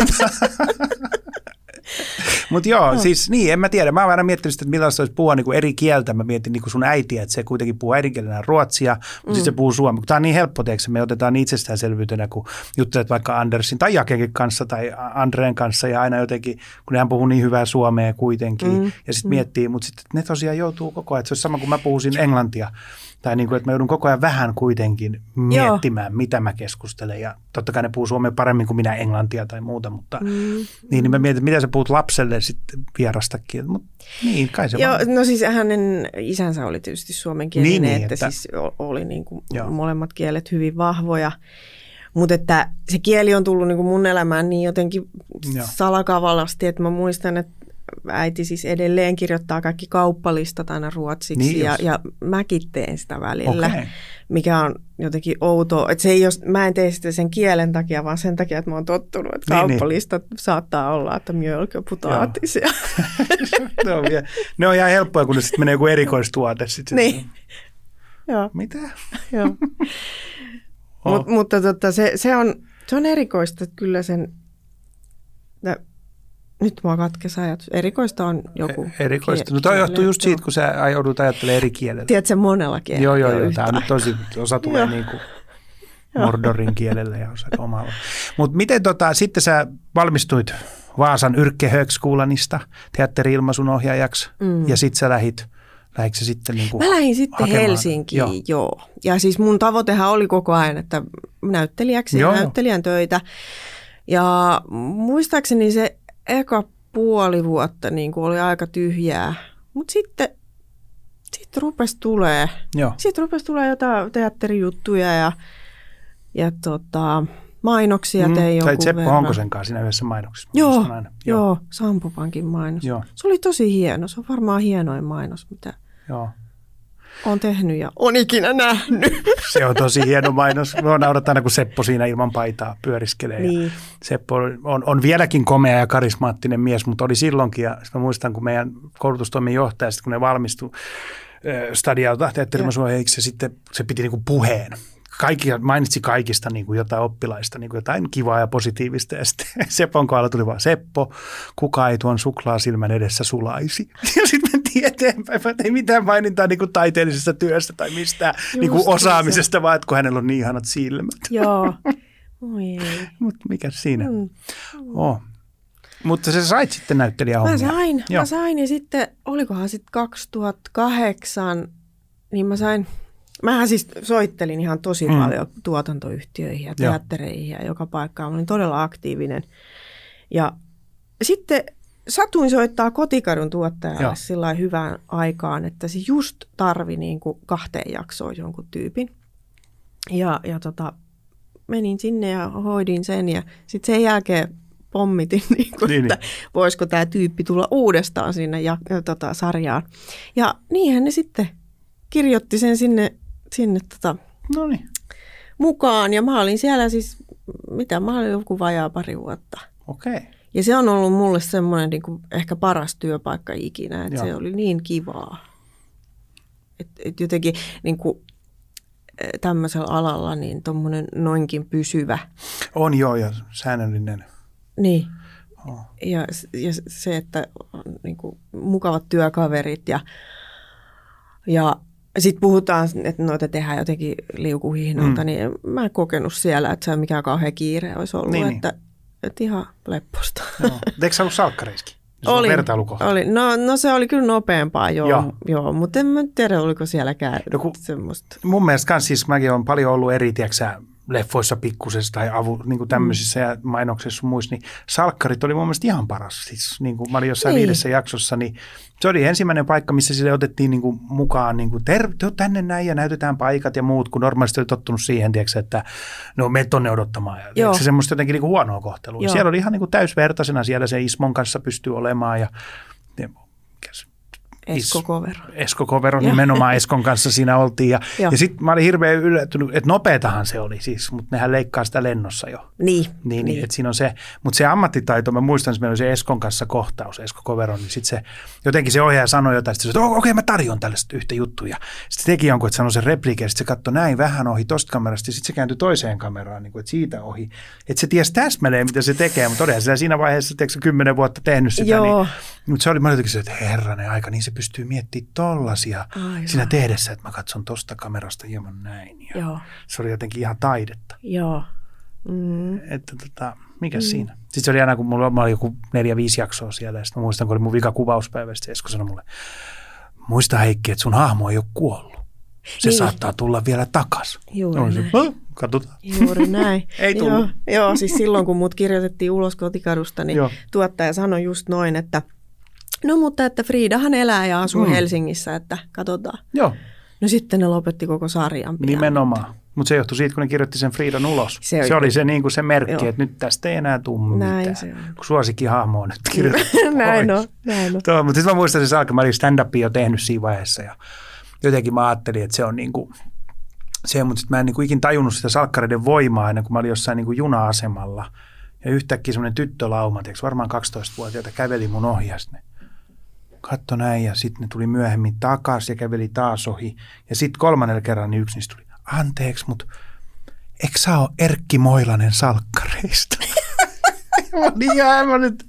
Mutta joo, no. siis niin, en mä tiedä. Mä oon aina miettinyt sitä, että millaista olisi puhua niinku eri kieltä. Mä mietin niinku sun äitiä, että se kuitenkin puhuu äidinkielenä ruotsia, mutta mm. sitten se puhuu suomea. Tämä on niin helppo, teeksi, me otetaan itsestäänselvyytenä, kun juttelet vaikka Andersin tai Jakenkin kanssa tai Andreen kanssa ja aina jotenkin, kun hän puhuu niin hyvää suomea kuitenkin mm. ja sitten mm. miettii, mutta sitten ne tosiaan joutuu koko ajan, että se olisi sama kuin mä puhuisin englantia. Tai niin kuin, että mä joudun koko ajan vähän kuitenkin miettimään, joo. mitä mä keskustelen. Ja totta kai ne puhuu suomea paremmin kuin minä englantia tai muuta, mutta mm. niin, niin mä mietin, että mitä sä puhut lapselle sitten vierastakin. Mut, niin, kai se joo, vaan. No siis hänen isänsä oli tietysti suomenkielinen, niin, niin, että, että siis oli niin kuin molemmat kielet hyvin vahvoja. Mutta että se kieli on tullut niin kuin mun elämään niin jotenkin joo. salakavalasti, että mä muistan, että äiti siis edelleen kirjoittaa kaikki kauppalistat aina ruotsiksi niin ja, ja mäkin teen sitä välillä, okay. mikä on jotenkin outoa. Että se ei ole, mä en tee sitä sen kielen takia, vaan sen takia, että mä oon tottunut, että niin, kauppalistat niin. saattaa olla, että mjölk ja putaatisia. ne, on, ne on ihan helppoja, kun ne sitten menee joku erikoistuote. Sit niin. Joo. Mitä? Joo. oh. Mut, mutta tota, se, se, on, se on erikoista, että kyllä sen... No, nyt mua katkesi ajatus. Erikoista on joku. Erikoista. No toi johtuu just siitä, kun sä joudut ajattelemaan eri kielellä. Tiedätkö monella kielellä? Joo, joo, joo. Tämä on nyt tosi, osa tulee niin kuin Mordorin kielellä ja osa omalla. Mutta miten tota, sitten sä valmistuit Vaasan Yrkke Högskolanista teatteri-ilmaisun ohjaajaksi mm. ja sitten sä lähit, lähikö sä sitten niin kuin Mä lähdin sitten hakemaan Helsinkiin, joo. joo. Ja siis mun tavoitehan oli koko ajan, että näyttelijäksi ja näyttelijän töitä. Ja muistaakseni se eka puoli vuotta niin kuin oli aika tyhjää, mutta sitten sit rupesi tulee, sitten rupesi tulee jotain teatterijuttuja ja, ja tota, mainoksia mm, tein jonkun verran. Seppo verran. Honkosen kanssa siinä yhdessä mainoksessa. Joo, joo, joo, Sampo-pankin mainos. Joo. Se oli tosi hieno, se on varmaan hienoin mainos, mitä joo. olen tehnyt ja on ikinä nähnyt. Se on tosi hieno mainos. Me naurat aina, kun Seppo siinä ilman paitaa pyöriskelee. Niin. Ja Seppo on, on vieläkin komea ja karismaattinen mies, mutta oli silloinkin. Ja mä muistan, kun meidän koulutustoimen johtaja, kun ne valmistui äh, stadialta teatterimasuohjaajiksi, ja sitten se piti niinku puheen kaikki, mainitsi kaikista niin kuin jotain oppilaista, niin kuin jotain kivaa ja positiivista. Ja sitten Sepon kohdalla tuli vaan Seppo, kuka ei tuon suklaasilmän edessä sulaisi. Ja sitten mentiin eteenpäin, että ei mitään mainintaa niin kuin taiteellisesta työstä tai mistään niin kuin osaamisesta, se. Vaan että kun hänellä on niin ihanat silmät. Joo. Oi ei. Mutta mikä siinä? Mm. Oh. Mutta sä sait sitten näyttelijähommia. Mä sain, Joo. mä sain ja sitten olikohan sitten kaksituhattakahdeksan, niin mä sain, mähän siis soittelin ihan tosi mm. paljon tuotantoyhtiöihin ja teattereihin ja joka paikkaan. Mä olin todella aktiivinen. Ja sitten satuin soittaa Kotikadun tuottajalle sillä hyvään aikaan, että se just tarvi niin kuin kahteen jaksoon jonkun tyypin. Ja, ja tota, menin sinne ja hoidin sen ja sitten sen jälkeen pommitin, niin kuin, niin, että niin. voisiko tämä tyyppi tulla uudestaan sinne ja, ja, tota, sarjaan. Ja niinhän ne sitten kirjoitti sen sinne, sinne tota, Noniin. mukaan. Ja mä olin siellä siis, mitä, mä olin joku vajaa pari vuotta. Okei. Okay. Ja se on ollut mulle semmoinen niin kuin ehkä paras työpaikka ikinä, että Joo. se oli niin kivaa. Että et jotenkin niin kuin, tämmöisellä alalla niin tommoinen noinkin pysyvä. On joo ja säännöllinen. Niin. Oh. Ja, ja se, että on niin kuin mukavat työkaverit ja, ja sitten puhutaan, että noita tehdään jotenkin liukuhihnalta, mm. niin mä en kokenut siellä, että se mikään kauhean kiire olisi ollut, niin, että, niin. että ihan lepposta. No. Eikö sä ollut salkkareiskin? Oli, oli. No, no se oli kyllä nopeampaa, joo, joo. joo mutta en mä tiedä, oliko sielläkään no, kun, semmoista. Mun mielestä kans siis mäkin olen paljon ollut eri, tiiäksä, leffoissa pikkusessa tai avu, niin kuin tämmöisissä mm. ja mainoksissa muissa, niin salkkarit oli mun mielestä ihan paras. Siis, niin kuin mä olin jossain niin. viidessä jaksossa, niin se oli ensimmäinen paikka, missä sille otettiin niin kuin mukaan niin kuin, ter- tänne näin ja näytetään paikat ja muut, kun normaalisti oli tottunut siihen, tiiäksä, että no me tonne odottamaan. Ja se semmoista jotenkin niin kuin huonoa kohtelua. Siellä oli ihan niin kuin täysvertaisena, siellä se Ismon kanssa pystyy olemaan ja, ja Esko Kovero. Esko Kovero, nimenomaan Eskon kanssa siinä oltiin. Ja, ja sitten mä olin hirveän yllättynyt, että nopeatahan se oli siis, mutta nehän leikkaa sitä lennossa jo. Niin. Niin, niin. Että siinä on se, mutta se ammattitaito, mä muistan, että meillä oli se Eskon kanssa kohtaus, Esko Kovero, niin sitten se, jotenkin se ohjaaja sanoi jotain, sitten se sanoi, että okei, okay, mä tarjon tällaista yhtä juttuja. Sitten teki jonkun, että sanoi sen repliikin, ja sitten se katsoi näin vähän ohi tosta kamerasta, ja sitten se kääntyi toiseen kameraan, niin kuin, että siitä ohi. Että se tiesi täsmälleen, mitä se tekee, mutta todella sillä siinä vaiheessa, teekö se kymmenen vuotta tehnyt sitä, Joo. niin, mutta se oli, mä jotenkin se, että herranen aika, niin se pystyy miettimään tollasia Aivan. siinä tehdessä, että mä katson tosta kamerasta hieman näin. Ja Joo. se oli jotenkin ihan taidetta. Joo. Mm. Että tota, mikä mm. siinä? Sitten se oli aina, kun mulla mä olin joku neljä, viisi jaksoa siellä, ja sitten mä muistan, kun oli mun vika kuvauspäivä, sitten Esko sanoi mulle, muista Heikki, että sun hahmo ei ole kuollut. Se niin. saattaa tulla vielä takas. Juuri näin. Se, katsotaan. Juuri näin. ei tullut. Joo, joo, siis silloin, kun mut kirjoitettiin ulos Kotikadusta, niin tuottaja sanoi just noin, että no mutta että Friidahan elää ja asuu mm. Helsingissä, että katsotaan. Joo. No sitten ne lopetti koko sarjan pian. Nimenomaan. Mutta se johtui siitä, kun ne kirjoitti sen Friidan ulos. Se, se oli se, niin kuin se merkki, Joo. että nyt tästä ei enää tule mitään. Se on. Kun suosikkihahmo on nyt kirjoitettu näin on, näin on. Tuo, mutta sitten mä muistan, että se alkoi, mä olin stand-upia jo tehnyt siinä vaiheessa. Ja jotenkin mä ajattelin, että se on niin kuin se, mutta sitten mä en niin kuin ikin tajunnut sitä salkkareiden voimaa ennen kuin mä olin jossain niin kuin juna-asemalla. Ja yhtäkkiä semmoinen tyttölauma, tiiäks, varmaan kaksitoistavuotiaita käveli mun ohi ja sitten katso näin ja sitten ne tuli myöhemmin takaisin ja käveli taas ohi. Ja sitten kolmannella kerran niin yksi niistä tuli, anteeksi, mutta eikö sä ole Erkki Moilanen salkkareista? Niin ja mä nyt,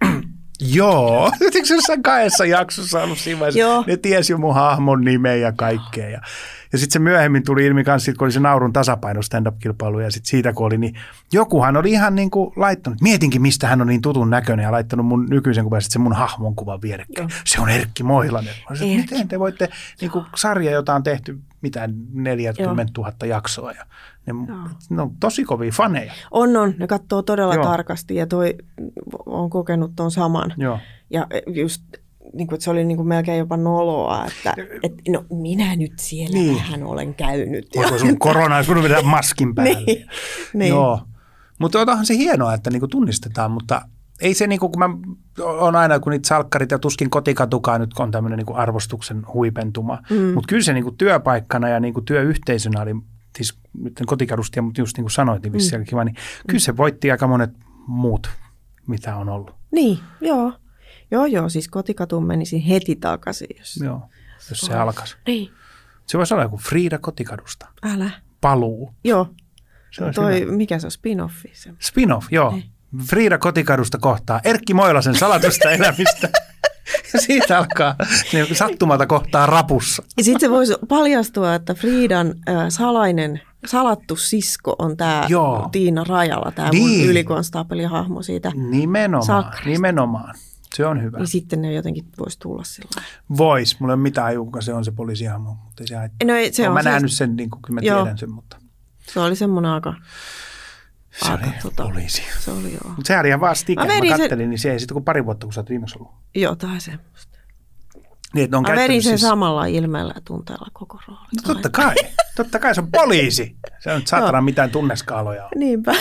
joo. Eikö se jossain kahdessa jaksossa ollut siinä vaiheessa? Ne tiesi jo mun hahmon nimeä ja kaikkea. Ja, ja sitten se myöhemmin tuli ilmi kanssa, kun oli se naurun tasapaino stand-up-kilpailu ja sitten siitä kun oli, niin jokuhan oli ihan niin kuin laittanut, mietinkin mistä hän on niin tutun näköinen ja laittanut mun nykyisen kuvan, sitten se mun hahmon kuvan vierekkäin. Se on Erkki Moilanen. Mä olisin, Erkki. Miten te voitte, niin kuin sarja, jota on tehty mitään neljäkymmentätuhatta jaksoa ja ne, ne on tosi kovia faneja. On, on. Ne katsoo todella Joo. tarkasti ja toi on kokenut ton saman. Joo. Ja just niin kuin, että se oli niin kuin melkein jopa noloa, että et, no minä nyt siellä niin. vähän olen käynyt. Voiko sun korona olisi voinut vedä maskin päälle. niin. niin. Joo. Mutta onhan se hienoa, että niin kuin tunnistetaan, mutta ei se niin kuin, kun mä on aina, kun niitä salkkarit ja tuskin Kotikatukaan nyt on tämmöinen niin kuin arvostuksen huipentuma, mm. mutta kyllä se niin kuin työpaikkana ja niin kuin työyhteisönä oli, siis nyt Kotikadusta, mutta just niin kuin sanoit, niin vissiin mm. kiva, niin kyllä se voitti aika monet muut, mitä on ollut. Niin, joo. Joo, joo, siis Kotikatuun menisin heti takaisin, jos, joo, jos se oh. alkaisi. Niin. Se voisi olla joku Friida Kotikadusta. Älä. paluu. Joo. Se on Toi, hyvä. mikä se on, spin-offi? Se. Spin-off, joo. Ei. Frida Kotikadusta kohtaa Erkki Moilasen salatusta elämistä. Ja siitä alkaa niin sattumalta kohtaa rapussa. Ja sitten se voisi paljastua, että Fridan äh, salainen, salattu sisko on tämä Tiina Rajala, tämä niin. mun ylikonstaapelihahmo siitä Nimenomaan, Sakkarista. nimenomaan. Se on hyvä. Ja sitten ne jotenkin voisi tulla sillä. Vois. Mulla ei ole mitään ajua, kuka se on se poliisihahmo. Mutta ei se haittaa. No, ei, se olen on mä se, nähnyt sen, niin kuin kyllä mä joo. tiedän sen, mutta... Se oli semmoinen aika... Se aika, oli tota, poliisi. Se oli joo. Mutta se oli ihan vaan stikä. Mä, mä kattelin, sen... niin se ei sitten kuin pari vuotta, kun sä oot viimeksi ollut. Joo, tai semmoista. Niin, että ne on Mä vedin sen siis... samalla ilmeellä ja tunteella koko rooli. No, totta kai. Totta kai se on poliisi. Se on saatana mitään tunneskaaloja. Niinpä.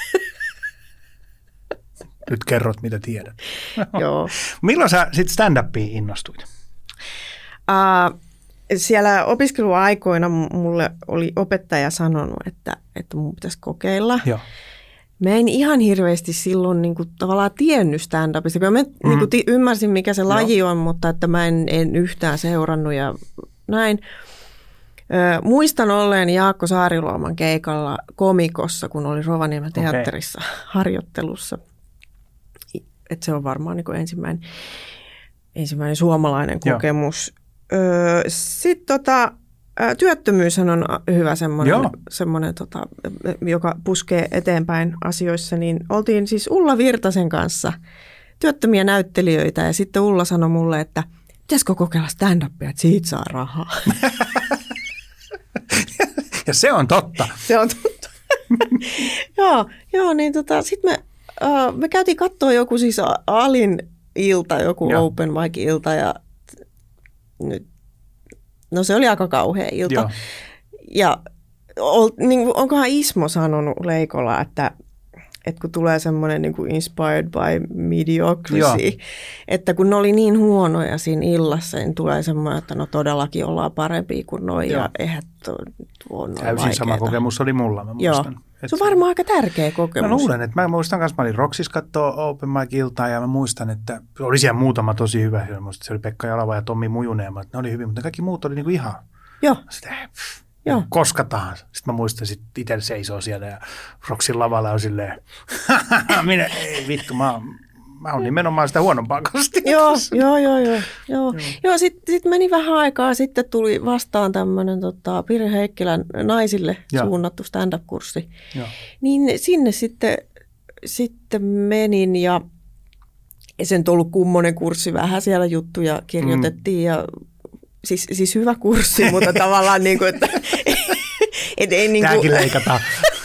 Nyt kerrot, mitä tiedät. Joo. Milloin sä sitten stand-upiin innostuit? Uh, siellä opiskeluaikoina mulle oli opettaja sanonut, että, että mun pitäisi kokeilla. Joo. Mä en ihan hirveästi silloin niin kuin, tavallaan tiennyt stand-upista. Kyllä mä mm. niin kuin, t- ymmärsin, mikä se laji Joo. on, mutta että mä en, en yhtään seurannut ja näin. Ö, muistan olleen Jaakko Saariluoman keikalla Komikossa, kun oli Rovaniemen teatterissa okay. harjoittelussa. Että se on varmaan niin kuin ensimmäinen, ensimmäinen suomalainen kokemus. Öö, Sitten tota, työttömyyshän on hyvä semmoinen, semmoinen tota, joka puskee eteenpäin asioissa. Niin oltiin siis Ulla Virtasen kanssa työttömiä näyttelijöitä ja sitten Ulla sanoi mulle, että pitäisikö kokeilla stand-upia, että siitä saa rahaa. Ja se on totta. Se on totta. joo, joo, niin tota, sitten me, uh, me käytiin katsoa joku siis Alin ilta, joku Joo. open mic ilta ja nyt, no se oli aika kauhea ilta. Joo. Ja ol, niin, onkohan Ismo sanonut Leikola, että, että kun tulee semmoinen niin kuin inspired by mediocrity, Joo. että kun ne oli niin huonoja siinä illassa, niin tulee semmoinen, että no todellakin ollaan parempia kuin noi Joo. ja eihän tuo, tuo on täysin vaikeata. Sama kokemus oli mulla, mä muistan. Joo. Se on varmaan aika tärkeä kokemus. Mä luulen, että mä muistan kanssa, mä olin Roksissa katsoa Open Mic-iltaa ja mä muistan, että oli siellä muutama tosi hyvä. Se oli Pekka Jalava ja Tommi Mujunen ja ne oli hyvin, mutta kaikki muut oli niinku ihan Joo. Sitä, pff, Joo. koska tahansa. Sitten mä muistan, että itse seisoo siellä ja Roksin lavalla on silleen, minä, ei vittu, mä oon, mä oon nimenomaan sitä huonompaa kastia. Joo, joo, joo. joo, joo. joo sitten sit meni vähän aikaa, sitten tuli vastaan tämmöinen tota, Pirjo Heikkilän naisille Joo. suunnattu stand-up-kurssi. Joo. Niin sinne sitten, sitten menin ja se on ollut kummonen kurssi, vähän siellä juttuja kirjoitettiin mm. ja siis, siis hyvä kurssi, mutta tavallaan niin kuin, että et ei niin kuin... Tämäkin leikataan.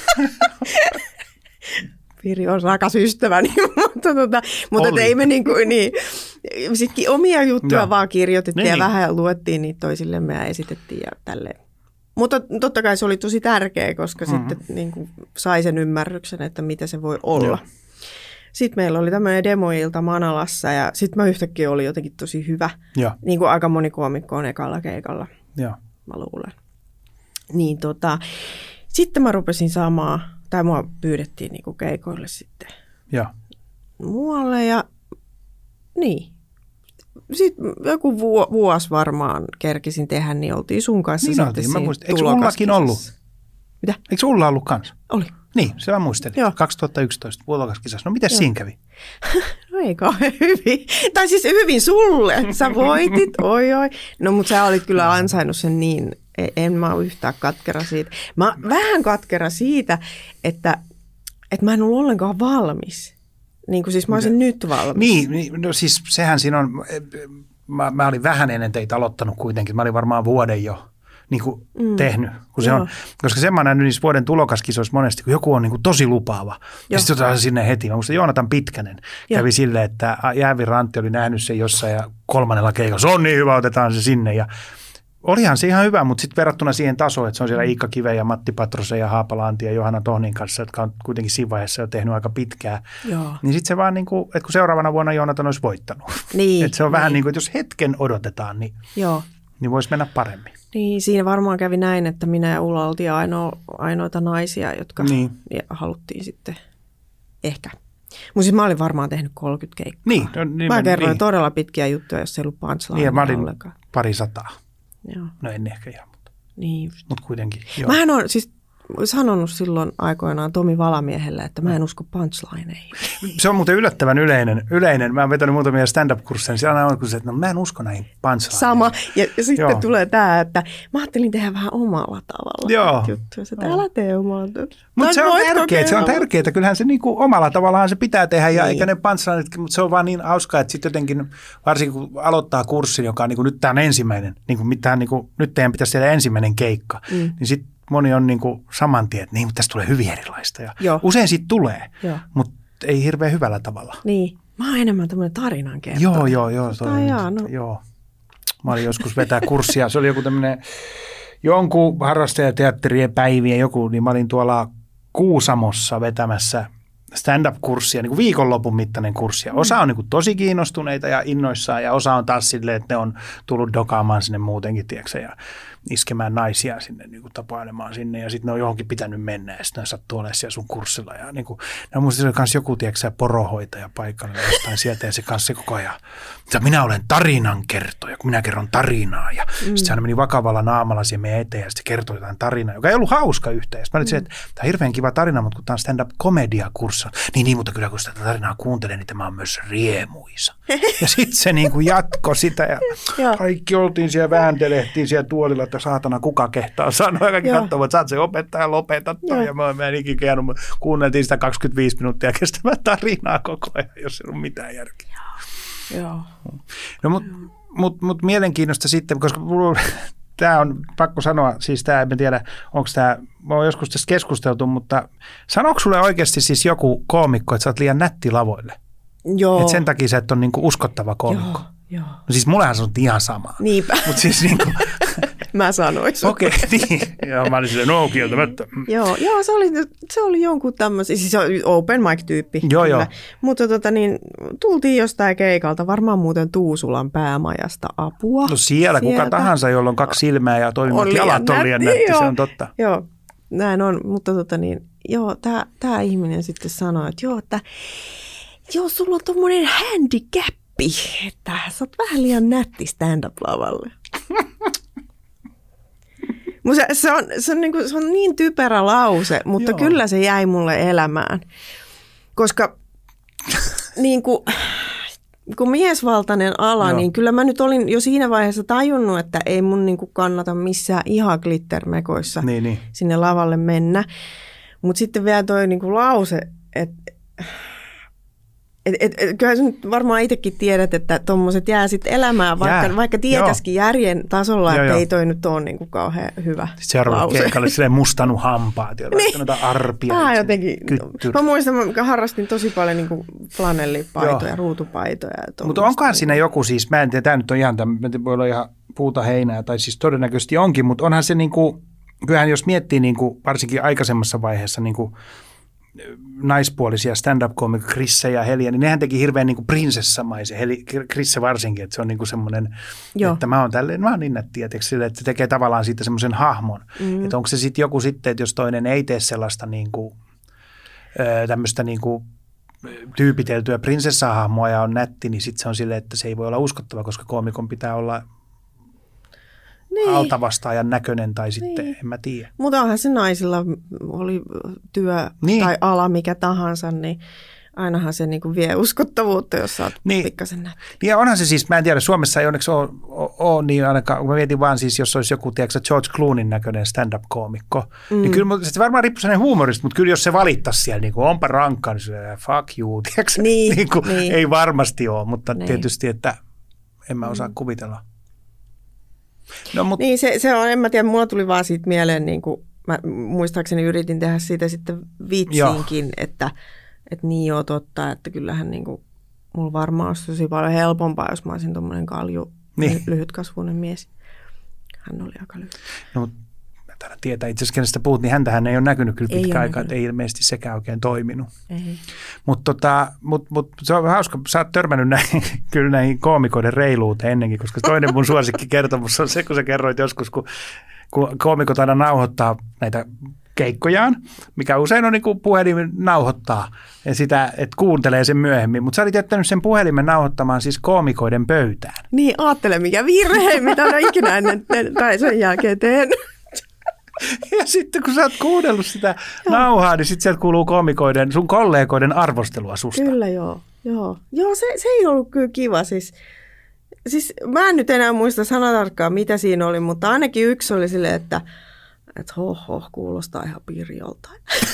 Pirjo on rakas ystäväni, mutta, tota, mutta ei me niin kuin, niin, sitkin omia juttuja Joo. vaan kirjoitettiin niin, ja niin. vähän luettiin niitä toisillemme ja esitettiin ja tälleen. Mutta totta kai se oli tosi tärkeä, koska mm-hmm. sitten niin kuin sai sen ymmärryksen, että mitä se voi olla. Joo. Sitten meillä oli tämmöinen demoilta Manalassa ja sitten mä yhtäkkiä olin jotenkin tosi hyvä. Joo. Niin kuin aika moni koomikko on ekalla keikalla, Joo. mä luulen. Niin tota, sitten mä rupesin saamaan, tai mua pyydettiin niin kuin keikoille sitten Joo. muualle ja niin. Sitten joku vuosi varmaan kerkisin tehdä, niin oltiin sun kanssa niin sitten siinä tulokaskisassa. Eikö Ullakin ollut? Mitä? Eikö Ulla ollut kanssa? Oli. Niin, se mä muistelin. Joo. kaksituhattayksitoista tulokaskisassa. No mitäs Joo. siinä kävi? No ei kauhean hyvin. Tai siis hyvin sulle. Sä voitit, oi oi. No mutta sä olit kyllä ansainnut sen niin. En mä ole yhtään katkera siitä. Mä oon vähän katkera siitä, että, että mä en ollut ollenkaan valmis. Niin kuin siis mä olisin nyt valmis. Niin, no siis sehän siinä on, mä, mä olin vähän ennen teitä aloittanut kuitenkin. Mä olin varmaan vuoden jo niin kuin mm. tehnyt. Kun se on, koska sen mä oon nähnyt niissä vuoden tulokaskisoissa monesti, kun joku on niin kuin tosi lupaava. Ja sitten otetaan sinne heti. Mä muistan Joonatan Pitkänen Joo. kävi silleen, että Jäävi Rantti oli nähnyt sen jossain ja kolmannella keikalla. Se on niin hyvä, otetaan se sinne ja olihan se ihan hyvä, mutta sitten verrattuna siihen tasoon, että se on siellä Iikka Kive ja Matti Patrosen ja Haapala Antti ja Johanna Tohnin kanssa, jotka on kuitenkin siinä vaiheessa jo tehnyt aika pitkää. Joo. Niin sitten se vaan niin kuin, että kun seuraavana vuonna Joonatan olisi voittanut. Niin. Että se on niin. vähän niin kuin, että jos hetken odotetaan, niin, Joo. niin voisi mennä paremmin. Niin, siinä varmaan kävi näin, että minä ja Ulla oltiin aino, ainoita naisia, jotka niin. haluttiin sitten ehkä. Mutta siis mä olin varmaan tehnyt kolmekymmentä keikkaa. Niin, no, niin mä kerroin niin. todella pitkiä juttuja, jos ei ollut punchline. Niin, mä olin ollenkaan. Pari sataa. Joo. No en ehkä ihan, mutta, niin mutta kuitenkin. Joo. Mähän on, siis sanonut silloin aikoinaan Tomi Valamiehelle, että mä en usko punchlineihin. Se on muuten yllättävän yleinen. yleinen. Mä oon vetänyt muutamia stand-up-kursseja, niin siellä on se, että no, mä en usko näihin punchlineihin. Sama. Ja, ja sitten Joo. tulee tämä, että mä ajattelin tehdä vähän omalla tavalla. Joo. Juttuja. Se, että älä tee omalla tavalla. Mutta se on tärkeää. Se on tärkeää. Kyllähän se niinku omalla tavallaan se pitää tehdä. Ja niin. Eikä ne punchlineit, mutta se on vaan niin hauskaa, että sitten jotenkin, varsinkin kun aloittaa kurssin, joka on niinku, nyt tämä on ensimmäinen, niinku, mitään, niinku, nyt teidän pitäisi tehdä ensimmäinen keikka, mm. niin sitten moni on niinku saman tien, että niin, mutta tästä tulee hyvin erilaista. Ja usein siitä tulee, joo. mutta ei hirveän hyvällä tavalla. Niin. Mä oon enemmän tämmöinen tarinankertoja. Joo, joo, joo. Toi, jaa, no. joo. Mä olin joskus vetää kurssia. Se oli joku tämmöinen jonkun harrastajateatterien päivien joku, niin mä olin tuolla Kuusamossa vetämässä stand-up-kurssia, niin kuin viikonlopun mittainen kurssi. Osa on niin kuin tosi kiinnostuneita ja innoissaan ja osa on taas silleen, että ne on tullut dokaamaan sinne muutenkin, tiedätkö, ja iskemään naisia sinne, niin kuin tapailemaan sinne ja sitten ne on johonkin pitänyt mennä ja sitten ne sattuu olemaan siellä sun kurssilla. Ja niin kuin, ne on musta se myös joku, tiedätkö, porohoitaja paikalla jostain sieltä ja se kanssa koko ajan, että minä olen tarinankertoja, kun minä kerron tarinaa. Ja mm. sitten hän meni vakavalla naamalla siihen meidän eteen ja sitten kertoi jotain tarinaa, joka ei ollut hauska yhtään. Ja sitten mä olin mm. se, että tämä on hirveän kiva tarina, mutta kun tämä on stand-up-komedia-kurssa, niin, niin, mutta kyllä kun sitä tarinaa kuuntelee, niin tämä on myös riemuisa. Ja sitten se niin kuin jatkoi sitä ja kaikki oltiin siellä, vääntelehtiin siellä tuolilla, että saatana kuka kehtaa sanoa. Ja kaikki katsovat, että sä oot se opettaja, lopeta toi. Ja mä en ikinä käynyt, kuunneltiin sitä kaksikymmentäviisi minuuttia kestävää tarinaa koko ajan, jos ei ollut mitään järkeä. Joo. No mutta mut, mut mielenkiinnosta sitten, koska tämä on pakko sanoa, siis tämä, en tiedä, onko tämä, mä oon joskus tästä keskusteltu, mutta sanooko sulle oikeasti siis joku koomikko, että sä oot liian nätti lavoille? Joo. Että sen takia sä et ole niinku uskottava koomikko. Joo, joo. No siis mullehan se on ihan sama. Niinpä. Mutta siis niinku... Mä sanoin sun. Okei, okay, niin. Ja mä olin silleen, no kieltämättä. Joo, joo se, oli, se oli jonkun tämmöisen, siis open mic-tyyppi. Joo, kyllä. joo. Mutta tota niin, tultiin jostain keikalta, varmaan muuten Tuusulan päämajasta apua. No siellä, sieltä. Kuka tahansa, jolla on kaksi silmää ja toimivat jalat on liian nätti, se on totta. Joo, näin on, mutta tota niin, joo, tää, tää ihminen sitten sanoi, että joo, että joo, sulla on tommonen handicappi, että sä oot vähän liian nätti stand-up-lavalle. Se, se, on, se, on niin kuin, se on niin typerä lause, mutta joo. Kyllä se jäi mulle elämään. Koska niin kuin, kun miesvaltainen ala, joo. Niin kyllä mä nyt olin jo siinä vaiheessa tajunnut, että ei mun niin kuin kannata missään ihan glittermekoissa niin, niin. Sinne lavalle mennä. Mutta sitten vielä toi niin kuin lause, että... Et, et, et, kyllä sä nyt varmaan itsekin tiedät, että tuommoiset jää sitten elämään, vaikka, jää. vaikka tietäisikin järjen tasolla, joo, että joo. Ei toi nyt ole niin kuin kauhean hyvä sitten seuraava keikalle silleen mustanut hampaat ja niin. Noita arpia. Tämä jotenkin. Mä muistan, mä harrastin tosi paljon niin kuin flanellipaitoja, joo. Ruutupaitoja. Mutta onkaan siinä joku siis, mä en tiedä, tämä nyt on ihan, tämä voi olla ihan puuta heinää, tai siis todennäköisesti onkin, mutta onhan se niin kuin, kyllähän jos miettii niin kuin, varsinkin aikaisemmassa vaiheessa niin kuin, naispuolisia stand-up-koomikko Krisse ja Heliä, niin nehän teki hirveän niin kuin prinsessamaisen, Heli, Krisse varsinkin, että se on niin kuin semmoinen, joo. Että mä oon tälleen, mä oon niin nättiä, että se tekee tavallaan siitä semmoisen hahmon. Mm. Että onko se sitten joku sitten, että jos toinen ei tee sellaista niin kuin, tämmöistä niin kuin tyypiteltyä prinsessahahmoa ja on nätti, niin sitten se on silleen, että se ei voi olla uskottava, koska koomikon pitää olla niin. Altavastaajan näköinen tai sitten, niin. En mä tiedä. Mutta onhan se naisilla, oli työ niin. Tai ala mikä tahansa, niin ainahan se niinku vie uskottavuutta, jos sä oot niin. Pikkasen nätti. Niin ja onhan se siis, mä en tiedä, Suomessa ei onneksi ole, ole niin ainakaan, kun mä mietin vaan siis, jos olisi joku, tiedätkö, George Clooneyn näköinen stand-up-koomikko, mm. niin kyllä se varmaan riippuu hänen huumorista, mutta kyllä jos se valittaisi siellä, niin kuin onpa rankka, niin se fuck you, tiedätkö, niin. Niin kuin, niin. Ei varmasti ole, mutta niin. Tietysti, että en mä osaa mm. kuvitella. No, mut... Niin se, se on, en mä tiedä, mulla tuli vaan siitä mieleen, niin kuin mä muistaakseni yritin tehdä siitä sitten vitsinkin, että, että niin joo totta, että kyllähän niin kuin, mulla varmaan olisi tosi paljon helpompaa, jos mä olisin tommoinen kalju, niin. Lyhytkasvuinen mies. Hän oli aika lyhyt. No, mutta mä täällä tietää itse asiassa, kenestä puhut, niin häntähän ei ole näkynyt kyllä pitkä aikaa, että ei ilmeisesti sekään oikein toiminut. Mutta tota, mut, mut, se on hauska, sä oot törmännyt näihin, kyllä näihin koomikoiden reiluuteen ennenkin, koska toinen mun suosikkikertomus on se, kun sä kerroit joskus, kun, kun koomikot aina nauhoittaa näitä keikkojaan, mikä usein on niin kuin puhelimen nauhoittaa ja sitä, että kuuntelee sen myöhemmin. Mutta sä olit jättänyt sen puhelimen nauhoittamaan siis koomikoiden pöytään. Niin, ajattele mikä virhe, mitä mä ikinä ennen tai sen jälkeen teen. Ja sitten kun sä oot kuunnellut sitä nauhaa, niin sitten sieltä kuuluu komikoiden, sun kollegoiden arvostelua susta. Kyllä joo, joo. Joo, se, se ei ollut kyllä kiva. Siis, siis mä en nyt enää muista sanatarkkaan, mitä siinä oli, mutta ainakin yksi oli silleen, että et hoh, hoh, kuulostaa ihan Pirjolta.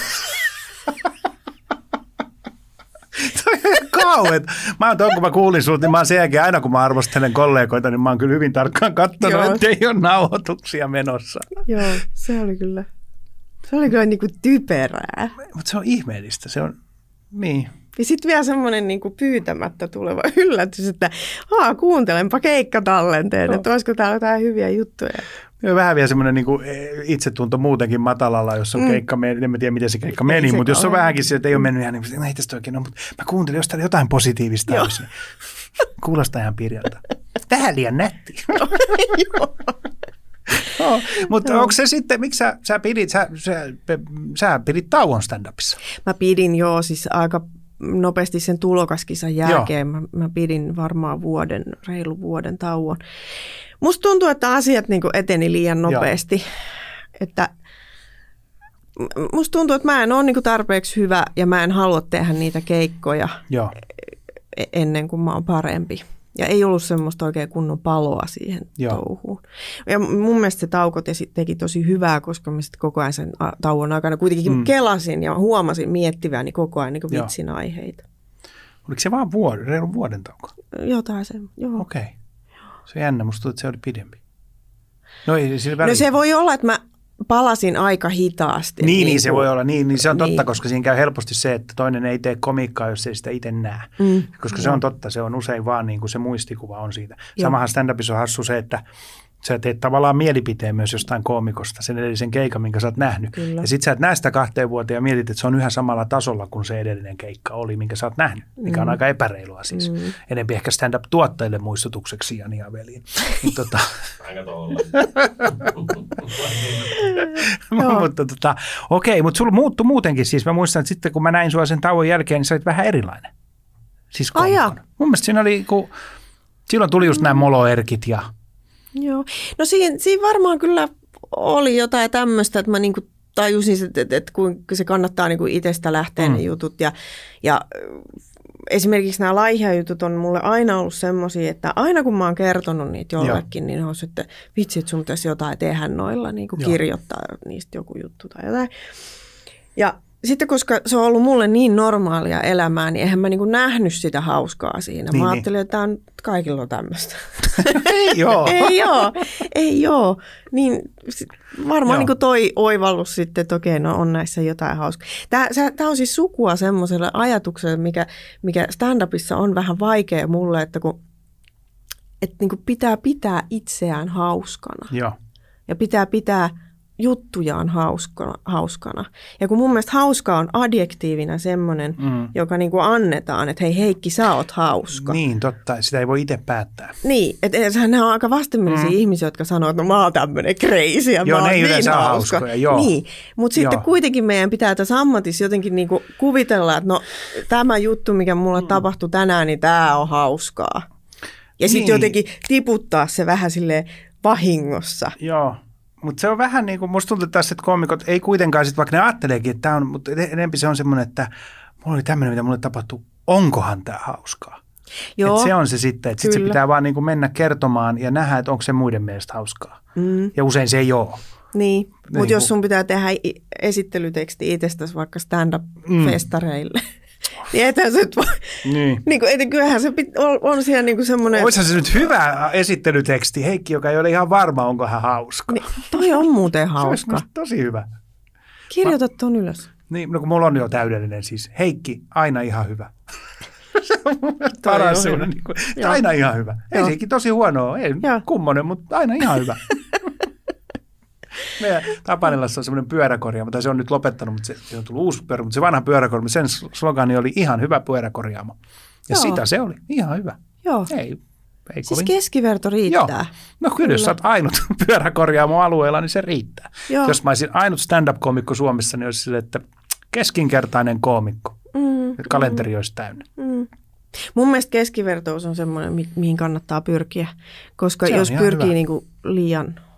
Toi on ihan kauheat. Mä oon tuon, kun mä kuulin sulta, niin mä oon sen jälkeen aina, kun mä arvostelen kollegoita, niin mä oon kyllä hyvin tarkkaan katsonut, että ei ole nauhoituksia menossa. Joo, se oli kyllä, se oli kyllä niin kuin typerää. Mutta se on ihmeellistä, se on, niin. Ja sitten vielä semmoinen niin kuin pyytämättä tuleva yllätys, että haa, kuuntelenpa keikkatallenteen, no. Että olisiko täällä jotain hyviä juttuja. Joo, vähän vielä semmoinen niin kuin itsetunto muutenkin matalalla, jos on mm. keikka meni, en tiedä miten se keikka meni, mutta jos on vähänkin se, että ei ole mennyt ihan niin kuin, ei tästä oikein ole, mutta mä kuuntelin, jos täällä jotain positiivista olisi. Kuulostaa ihan Pirjalta. Tähän liian nätti. Joo. No, mutta no. Onko se sitten, miksi sä, sä, pidit, sä, sä, sä pidit tauon stand-upissa? Mä pidin joo, siis aika nopeasti sen tulokaskisan jälkeen. Mä, mä pidin varmaan vuoden, reilu vuoden tauon. Musta tuntuu, että asiat niin kuin eteni liian nopeasti. Joo. Että musta tuntuu, että mä en ole niin kuin tarpeeksi hyvä ja mä en halua tehdä niitä keikkoja Joo. ennen kuin mä oon parempi. Ja ei ollut semmoista oikein kunnon paloa siihen Joo. touhuun. Ja mun mielestä se tauko teki tosi hyvää, koska mä sitten koko ajan sen tauon aikana kuitenkin mm. kelasin ja huomasin miettiväni koko ajan niin kuin vitsin aiheita. Oliko se vaan vuoden, reilun vuoden tauko? Jotain se, joo. Okei. Okay. Se on jännä, musta tuntuu, että se oli pidempi. No, ei, no se voi olla, että mä palasin aika hitaasti. Niin, niin, niin se voi olla. Niin, niin se on totta, niin. Koska siinä käy helposti se, että toinen ei tee komiikkaa, jos ei sitä itse näe. Mm. Koska no. se on totta, se on usein vaan niin kuin se muistikuva on siitä. Joo. Samahan stand-upissa on hassu se, että sä teet tavallaan mielipiteen myös jostain koomikosta, sen edellisen keikan, minkä sä oot nähnyt. Kyllä. Ja sit sä et näe sitä kahteen vuoteen ja mietit, että se on yhä samalla tasolla kuin se edellinen keikka oli, minkä sä oot nähnyt. Mikä mm. on aika epäreilua siis. Mm. Enempi ehkä stand-up-tuottajille muistutukseksi Jani ja veliin. tota. Aika tolla. mutta tota, okei, mutta sulla muuttui muutenkin siis. Mä muistan, että sitten kun mä näin sua sen tauon jälkeen, niin sä olit vähän erilainen. Siis koomikona. Mun mielestä siinä oli, kun silloin tuli just nämä moloerkit ja joo. No siinä, siinä varmaan kyllä oli jotain tämmöistä, että mä niinku tajusin, että, että, että kuinka se kannattaa niinku itsestä lähteä mm. ne jutut. Ja, ja esimerkiksi nämä Laihia-jutut on mulle aina ollut semmoisia, että aina kun mä oon kertonut niitä jollekin, Joo. niin on sitten vitsi, että sun pitäisi jotain tehdä noilla, niin kuin kirjoittaa niistä joku juttu tai jotain. Ja sitten koska se on ollut mulle niin normaalia elämää, niin eihän mä niinku nähnyt sitä hauskaa siinä. Niin, mä ajattelin, niin. Että on, kaikilla on tämmöistä. Ei oo. ei oo, ei oo. Niin varmaan niinku toi oivallus sitten, että okei, no on näissä jotain hauskaa. Tää, tää on siis sukua semmoiselle ajatukselle, mikä, mikä stand-upissa on vähän vaikea mulle, että kun et niinku pitää pitää itseään hauskana. Joo. Ja pitää pitää juttujaan hauskana, hauskana. Ja kun mun mielestä hauska on adjektiivina semmoinen, mm. joka niin kuin annetaan, että hei Heikki, sä oot hauska. Niin, totta. Sitä ei voi itse päättää. Niin, että sehän on aika vastenmielisiä mm. ihmisiä, jotka sanoo, että no mä oon tämmöinen crazy ja joo, mä oon niin yleensä hauska. Hauskoja, joo. Niin, mutta sitten kuitenkin meidän pitää tässä ammatissa jotenkin niin kuin kuvitella, että no tämä juttu, mikä mulle mm. tapahtui tänään, niin tää on hauskaa. Ja sitten niin. jotenkin tiputtaa se vähän silleen vahingossa. Joo. Mutta se on vähän niin kuin, musta tuntuu tässä, että koomikot ei kuitenkaan sitten, vaikka ne ajatteleekin, että tämä on, mutta enemmän se on semmoinen, että mulla oli tämmöinen, mitä mulle tapahtui, onkohan tämä hauskaa? Joo, että se on se sitten, että sitten se pitää vaan niin kuin mennä kertomaan ja nähdä, että onko se muiden mielestä hauskaa. Mm. Ja usein se ei ole. Niin, mutta niin jos sun pitää tehdä esittelyteksti itsestäsi vaikka stand-up-festareille, mm. niin ethän se nyt voi. Niin. niin kuin, että kyllähän se pit, on, on siellä niin kuin semmoinen. Olisihan se nyt hyvä esittelyteksti, Heikki, joka ei ole ihan varma, onko hän hauska. Niin, toi on muuten hauska. Se tosi hyvä. Kirjoita tuon ylös. Niin, no kun mulla on jo täydellinen siis. Heikki, aina ihan hyvä. Se on paras sellainen. Niin kuin, aina ihan hyvä. Ei sekin tosi huonoa, ei Joo. kummonen, mutta aina ihan hyvä. Meidän Tapanilassa on semmoinen pyöräkorjaamo, tai se on nyt lopettanut, mutta se, se on tullut uusi pyörä, mutta se vanha pyöräkorjaamo, sen slogani oli ihan hyvä pyöräkorjaamo. Ja Joo. sitä se oli, ihan hyvä. Joo. Ei, ei siis kovin. keskiverto riittää. Joo. No kyllä, jos sä oot ainut pyöräkorjaamo alueella, niin se riittää. Joo. Jos mä olisin ainut stand-up-koomikko Suomessa, niin olisi sille, että keskinkertainen koomikko. Mm, kalenteri mm, olisi täynnä. Mm. Mun mielestä keskivertous on semmoinen, mi- mihin kannattaa pyrkiä, koska se jos pyrkii niinku liian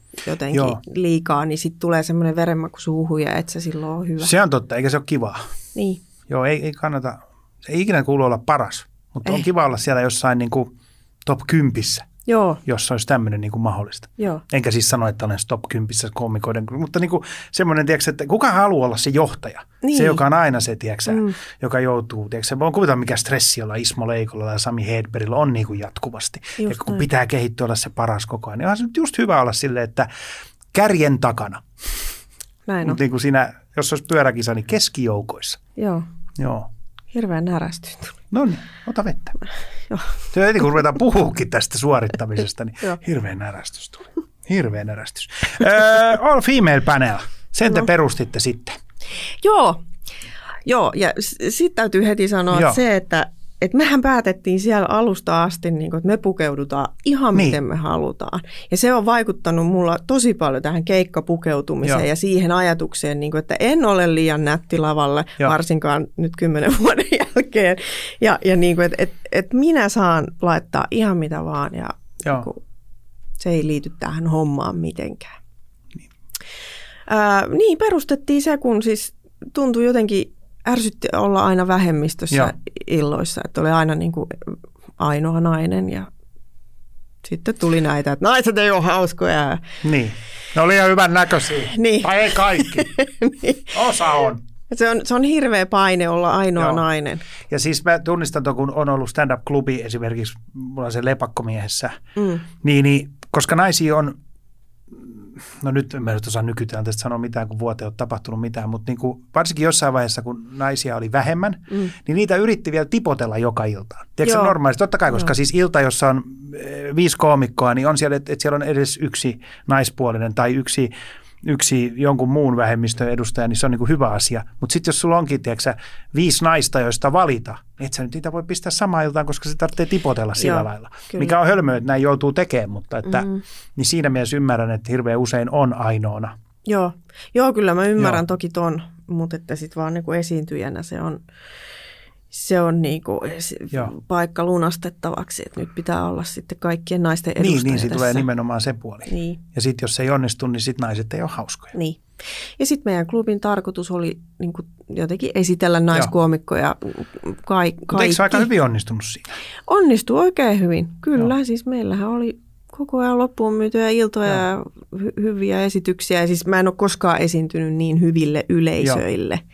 jotenkin Joo. liikaa, niin sitten tulee semmoinen verenmaku suuhun ja et se silloin ole hyvä. Se on totta, eikä se ole kivaa. Niin. Joo, ei, ei kannata, se ei ikinä kuulu olla paras, mutta ei. On kiva olla siellä jossain niin kuin top kympissä, Joo. jos olisi tämmöinen niin kuin mahdollista. Joo. Enkä siis sano, että olen top kympissä koomikoiden, mutta niin kuin semmoinen, tiedätkö, että kuka haluaa olla se johtaja? Niin. Se, joka on aina se, tiedätkö, mm. joka joutuu, tiedätkö, voin kuvitella, mikä stressi olla Ismo Leikolla ja Sami Hedbergillä on niin kuin jatkuvasti. Just ja kun näin. Pitää kehittyä olla se paras koko ajan, niin on se nyt just hyvä olla silleen, että kärjen takana. Näin on. Mutta niin kuin siinä, jos olisi pyöräkisa, niin keskijoukoissa. Joo. Joo. Hirveän närästynyt. No niin, ota vettä. Joo. Se heti kun ruvetaan puhuukin tästä suorittamisesta, niin hirveän närästys tuli. Hirveän närästys. uh, all female panel. Sen te no. perustitte sitten. Joo. Joo, ja sitten täytyy heti sanoa että se, että et mehän päätettiin siellä alusta asti, niin kun, että me pukeudutaan ihan niin. miten me halutaan. Ja se on vaikuttanut mulla tosi paljon tähän keikkapukeutumiseen Joo. ja siihen ajatukseen, niin kun, että en ole liian nätti lavalle, Joo. varsinkaan nyt kymmenen vuoden jälkeen. Ja, ja niin kun, että et, et minä saan laittaa ihan mitä vaan ja niin kun, se ei liity tähän hommaan mitenkään. Niin, Ää, niin perustettiin se, kun siis tuntui jotenkin ärsytti olla aina vähemmistössä Joo. illoissa, että oli aina niin kuin ainoa nainen ja sitten tuli näitä, että naiset ei ole hauskoja. Niin, ne oli ihan hyvän näköisiä, niin. Tai ei kaikki, niin. Osa on. Se on, se on hirveä paine olla ainoa Joo. nainen. Ja siis mä tunnistan, kun on ollut stand-up-klubi esimerkiksi, mulla on se Lepakkomiehessä, mm. niin, niin, koska naisia on, no nyt en nyt osaa nykytilanteesta sanoa mitään, kun vuoteen ei ole tapahtunut mitään, mutta niin kuin, varsinkin jossain vaiheessa, kun naisia oli vähemmän, mm. niin niitä yritti vielä tipotella joka ilta. Tiedätkö se normaalisti? Totta kai, koska Joo. siis ilta, jossa on viisi koomikkoa, niin on siellä, että siellä on edes yksi naispuolinen tai yksi, yksi jonkun muun vähemmistön edustaja, niin se on niin kuin hyvä asia. Mutta sitten jos sulla onkin, tiedätkö, viisi naista, joista valita, niin et sä nyt niitä voi pistää samaan iltaan, koska se tarvitsee tipotella sillä Joo, lailla. Kyllä. Mikä on hölmöä, että näin joutuu tekemään, mutta että, mm. niin siinä mielessä ymmärrän, että hirveän usein on ainoana. Joo, Joo kyllä mä ymmärrän Joo. toki ton, mutta että sitten vaan niin kuin esiintyjänä se on, se on niin kuin paikka lunastettavaksi, että nyt pitää olla sitten kaikkien naisten edustajia Niin, niin siitä tässä. tulee nimenomaan se puoli. Niin. Ja sitten jos se ei onnistu, niin sitten naiset ei ole hauskoja. Niin. Ja sitten meidän klubin tarkoitus oli niin kuin jotenkin esitellä naiskoomikkoja ka- kaikki. Mutta eikö se aika hyvin onnistunut siinä? Onnistui oikein hyvin, kyllä. Joo. Siis meillähän oli koko ajan loppuun myytyjä iltoja Joo. ja hy- hyviä esityksiä. Ja siis mä en ole koskaan esiintynyt niin hyville yleisöille. Joo.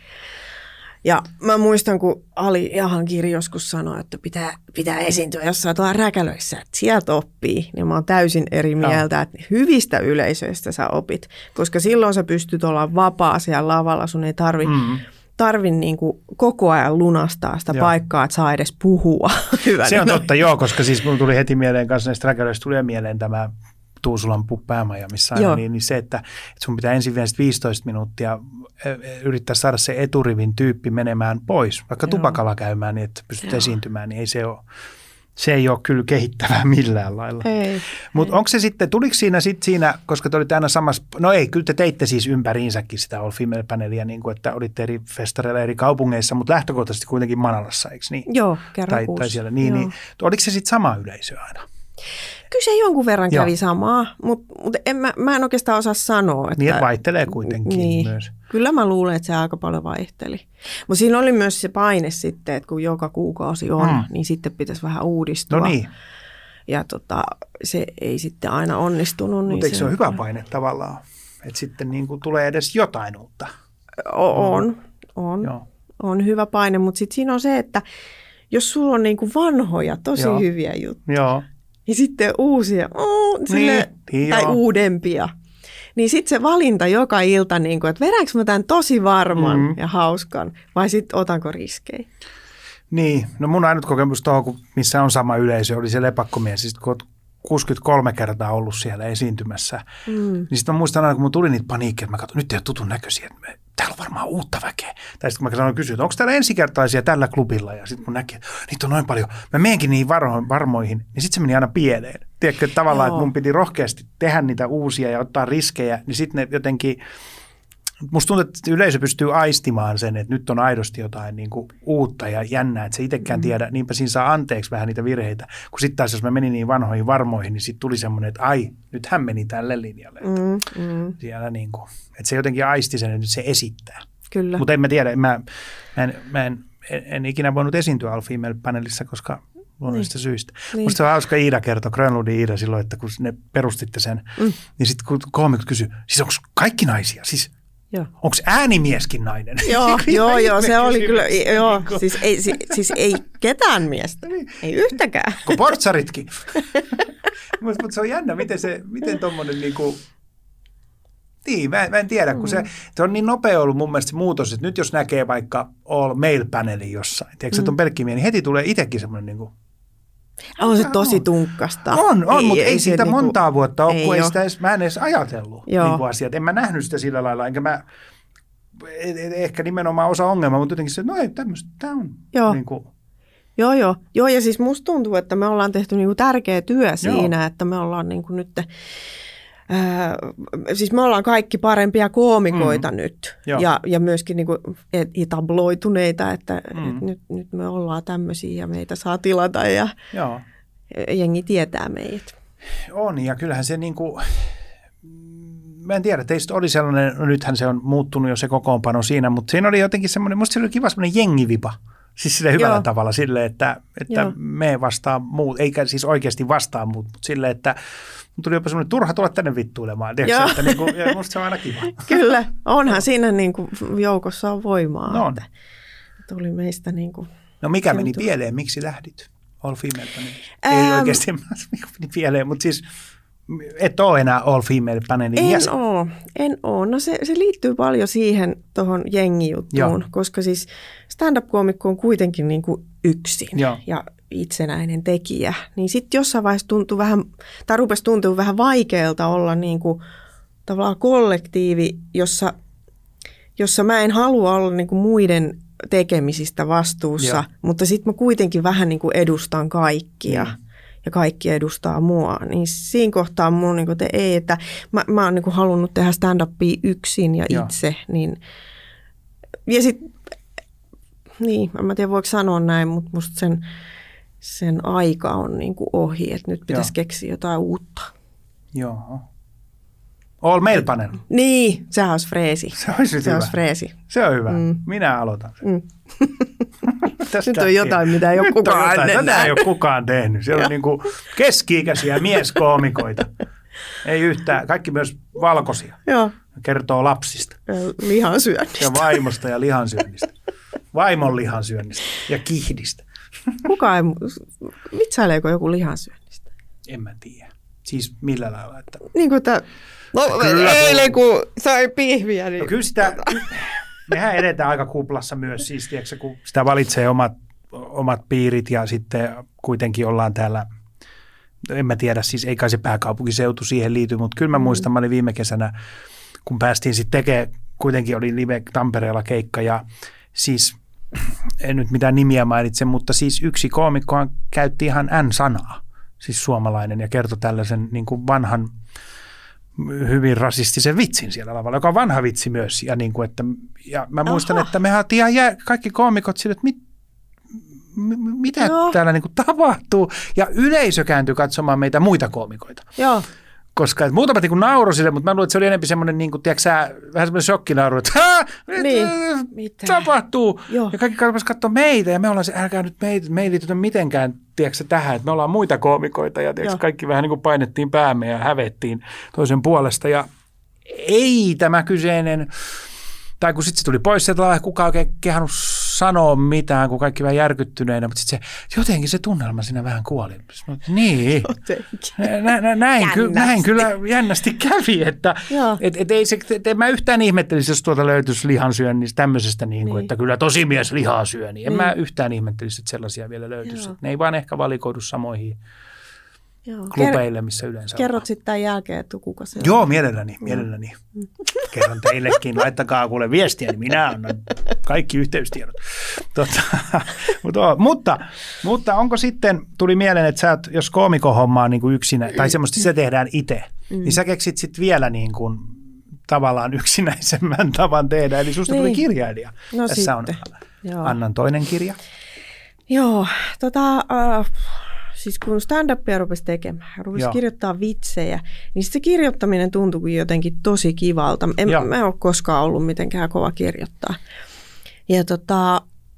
Ja mä muistan, kun Ali Jahankiiri joskus sanoi, että pitää, pitää esiintyä jossain tuolla räkälöissä, että sieltä oppii. Ja mä oon täysin eri mieltä, että hyvistä yleisöistä sä opit, koska silloin sä pystyt olla vapaa siellä lavalla, sun ei tarvi, mm-hmm. tarvi niin kuin koko ajan lunastaa sitä joo. paikkaa, että saa edes puhua. Se on totta, joo, koska siis mun tuli heti mieleen kanssa näistä räkälöistä, tuli mieleen tämä Tuusulan päämaja, missä aina niin, niin se, että, että sun pitää ensin vielä viisitoista minuuttia yrittää saada se eturivin tyyppi menemään pois, vaikka Joo. tupakalla käymään, niin että pystyt Joo. esiintymään, niin ei se ole, se ei ole kyllä kehittävää millään lailla. Mutta onko se sitten, tuliko siinä sitten siinä, koska te olitte aina samassa, no ei, kyllä te teitte siis ympäriinsäkin sitä All Female Panelia, niin kuin, että olitte eri festareilla eri kaupungeissa, mutta lähtökohtaisesti kuitenkin Manalassa, eikö niin? Joo, kerran tai, kuusi. Tai siellä, niin, niin, oliko se sitten sama yleisö aina? Kyllä se jonkun verran kävi Joo. samaa, mutta, mutta en, mä, mä en oikeastaan osaa sanoa. Että, niin, että vaihtelee kuitenkin niin, myös. Kyllä mä luulen, että se aika paljon vaihteli. Mutta siinä oli myös se paine sitten, että kun joka kuukausi on, mm. niin sitten pitäisi vähän uudistua. No niin. Ja tota, se ei sitten aina onnistunut. Mutta niin eikö se ole hyvä paine tavallaan, että sitten niin kuin tulee edes jotain uutta? O- on, on. Joo. On hyvä paine, mutta sitten siinä on se, että jos sulla on niin kuin vanhoja, tosi Joo. hyviä juttuja. Joo. Ja sitten uusia, oh, sille, niin, tai joo. uudempia. Niin sitten se valinta joka ilta, niin kuin, että vedänkö mä tämän tosi varman mm. ja hauskan, vai sitten otanko riskejä? Niin, no mun ainut kokemus tuohon, missä on sama yleisö, oli se Lepakkomies. Sitten kun olet kuusikymmentäkolme kertaa ollut siellä esiintymässä, mm. niin sitten mä muistan aina, kun mun tuli niitä paniikkeja, että mä katsoin, nyt ei ole tutun näköisiä, että me, täällä on varmaan uutta väkeä. Tai sitten kun mä sanoin kysyä, että onko täällä ensikertaisia tällä klubilla, ja sitten mun näki, että niitä on noin paljon. Mä menenkin niihin varmo- varmoihin, niin sitten se meni aina pieleen. Tiedätkö, että tavallaan, Joo. että mun piti rohkeasti tehdä niitä uusia ja ottaa riskejä, niin sitten ne jotenkin Musta tuntuu, että yleisö pystyy aistimaan sen, että nyt on aidosti jotain niin kuin uutta ja jännää, että se itsekään mm. tiedä, niinpä siinä saa anteeksi vähän niitä virheitä. Kun sitten taas, jos mä menin niin vanhoihin varmoihin, niin sitten tuli semmoinen, että ai, nyt hän meni tälle linjalle. Mm, mm. Siellä niin kuin, että se jotenkin aisti sen, että nyt se esittää. Kyllä. Mutta en mä tiedä, mä, mä, en, mä en, en, en ikinä voinut esiintyä All Female-paneelissa, koska luonnollisista niin. syistä. Niin. Musta se on hauska, Iida kertoi, Grönlundin Iida silloin, että kun ne perustitte sen, mm. niin sitten kun koomikot kysyi, siis onko kaikki naisia? Siis onko äänimieskin nainen? Joo, joo, joo se oli kyllä, joo, siis ei, siis, siis ei ketään miestä, ei yhtäkään. Kun portsaritkin. Mutta mut se on jännä, miten se, miten tommonen niinku, niin, mä, mä en tiedä, kun se, se on niin nopea ollut mun mielestä se muutos, että nyt jos näkee vaikka all male panelin jossain, tiedätkö, mm. että on pelkkiä miehiä, niin heti tulee itsekin semmoinen niinku, on se tosi tunkkasta. On, on, ei, mutta ei, ei siitä niinku, montaa vuotta ole, kun ei sitä edes, mä en edes ajatellut niin asiat. En mä nähnyt sitä sillä lailla, enkä mä, ehkä nimenomaan osa ongelmaa, mutta jotenkin se, no ei tämmöistä, tämä on. Joo. Niin kuin. joo, joo. Joo, ja siis musta tuntuu, että me ollaan tehty niinku tärkeä työ siinä, joo. että me ollaan niinku nyt, äh, siis me ollaan kaikki parempia koomikoita mm. nyt. Ja, ja myöskin niinku etabloituneita, että mm. et nyt, nyt me ollaan tämmöisiä ja meitä saa tilata ja joo. jengi tietää meidät. On, ja kyllähän se niinku, mä en tiedä, teistä oli sellainen, no nythän se on muuttunut jo se kokoonpano siinä, mutta siinä oli jotenkin semmoinen, musta se oli kiva semmoinen jengivipa. Siis sille hyvällä joo. tavalla, sille, että, että me vastaa muut, eikä siis oikeasti vastaa muut, mutta sille, että tuli jopa semmoinen turha tulla tänne vittuilemaan. Tiedätkö, että niin kuin, ja musta se on aina kiva. Kyllä, onhan siinä niin kuin joukossa on voimaa. No on. Että tuli meistä niin kuin. No mikä meni pieleen, miksi lähdit All Female Panelista? Ei ähm, oikeasti meni pieleen, mutta siis et ole enää All Female Panelin En jäsen. ole, en ole. No se, se liittyy paljon siihen tuohon jengijuttuun, joo. koska siis stand-up-koomikko on kuitenkin niin kuin yksin joo. ja itsenäinen tekijä. Niin sitten jossain vaiheessa tuntui vähän, tai rupesi tuntua vähän vaikealta olla niin kuin tavallaan kollektiivi, jossa, jossa mä en halua olla niin kuin muiden tekemisistä vastuussa, joo. mutta sitten mä kuitenkin vähän niin kuin edustan kaikkia. Mm. ja kaikki edustaa mua, niin siinä kohtaa mun niin kuin te ei, että mä, mä oon niin kuin halunnut tehdä stand-upia yksin ja joo. itse, niin ja sitten, niin, en mä tiedä voiko sanoa näin, mutta musta sen, sen aika on niin kuin ohi, että nyt pitäisi joo. keksiä jotain uutta. Joo. All Male Panel. Niin, sehän olisi freesi. Se olisi se hyvä. Olisi freesi. Se on hyvä. Mm. Minä aloitan sen. Mm. Nyt on jotain, mitä ei ole kukaan ennen nähnyt. Tätä ei ole kukaan tehnyt. Siellä on niin kuin keski-ikäisiä mieskoomikoita. Ei yhtään. Kaikki myös valkoisia. Joo. Kertoo lapsista. Ja lihansyönnistä. Ja vaimosta ja lihansyönnistä. Vaimon lihansyönnistä ja kihdistä. Kukaan ei, vitsaileeko joku lihansyönnistä? En mä tiedä. Siis millä lailla? Että niin kuin tämä, no eilen kun sai pihviä. Niin. No kyllä sitä, mehän edetään aika kuplassa myös, siis tiedätkö, kun sitä valitsee omat, omat piirit ja sitten kuitenkin ollaan täällä, en mä tiedä, siis ei kai se pääkaupunkiseutu siihen liity, mutta kyllä mä muistan, mä olin viime kesänä, kun päästiin sitten tekemään, kuitenkin oli live Tampereella keikka ja siis en nyt mitään nimiä mainitse, mutta siis yksi koomikkohan käytti ihan N-sanaa, siis suomalainen, ja kertoi tällaisen niin kuin vanhan, hyvin rasistisen vitsin siellä lavalla, joka on vanha vitsi myös. Ja, niin kuin, että, ja mä muistan, Aha. että me haatiin ihan jää, kaikki koomikot sille, että mit, m- mitä Joo. täällä niin kuin tapahtuu. Ja yleisö kääntyi katsomaan meitä muita koomikoita. Joo. Koska muutamat niin nauroi sille, mutta mä luulen, että se oli enemmän semmoinen, niin kuin, tiedätkö sä, vähän semmoinen shokkinauru, että niin. mitä tapahtuu? Joo. Ja kaikki kalpas katsoa meitä, ja me ollaan se, älkää nyt meitä, me ei liitytä mitenkään, tiedätkö tähän, että me ollaan muita koomikoita, ja tiedätkö, kaikki vähän niin kuin painettiin päämme ja hävettiin toisen puolesta, ja ei tämä kyseinen, tai kun sitten se tuli pois, että ei kukaan oikein kehannut sanoa mitään, kun kaikki vähän järkyttyneinä, mutta sitten se, jotenkin se tunnelma siinä vähän kuoli. Niin, nä, nä, näin, ky, näin kyllä jännästi kävi, että et, et ei se, et, et mä yhtään ihmettelisi, jos tuolta löytyisi lihansyönnistä tämmöisestä, niin kuin, niin. että kyllä tosi mies lihaa syö, niin en niin. mä yhtään ihmettelisi, että sellaisia vielä löytyisi. Ne ei vaan ehkä valikoidu samoihin Joo. klubeille, missä yleensä Kerrot sitten tämän jälkeen, että kuka se on. Joo, mielelläni, mielelläni. Kerron teillekin, laittakaa kuule viestiä, niin minä annan kaikki yhteystiedot. Tota, mutta, mutta, mutta onko sitten, tuli mieleen, että sä oot, jos koomikon hommaa niin kuin yksinä, tai semmoista se tehdään itse, mm. niin sä keksit sitten vielä niin kuin tavallaan yksinäisemmän tavan tehdä. Eli susta niin. tuli kirjailija. No Tässä sitten. on Joo. Annan toinen kirja. Joo, tota, äh, siis kun stand-upia rupesi tekemään, rupesi Joo. kirjoittaa vitsejä, niin se kirjoittaminen tuntui jotenkin tosi kivalta. En, mä en ole koskaan ollut mitenkään kova kirjoittaa. Ja tota,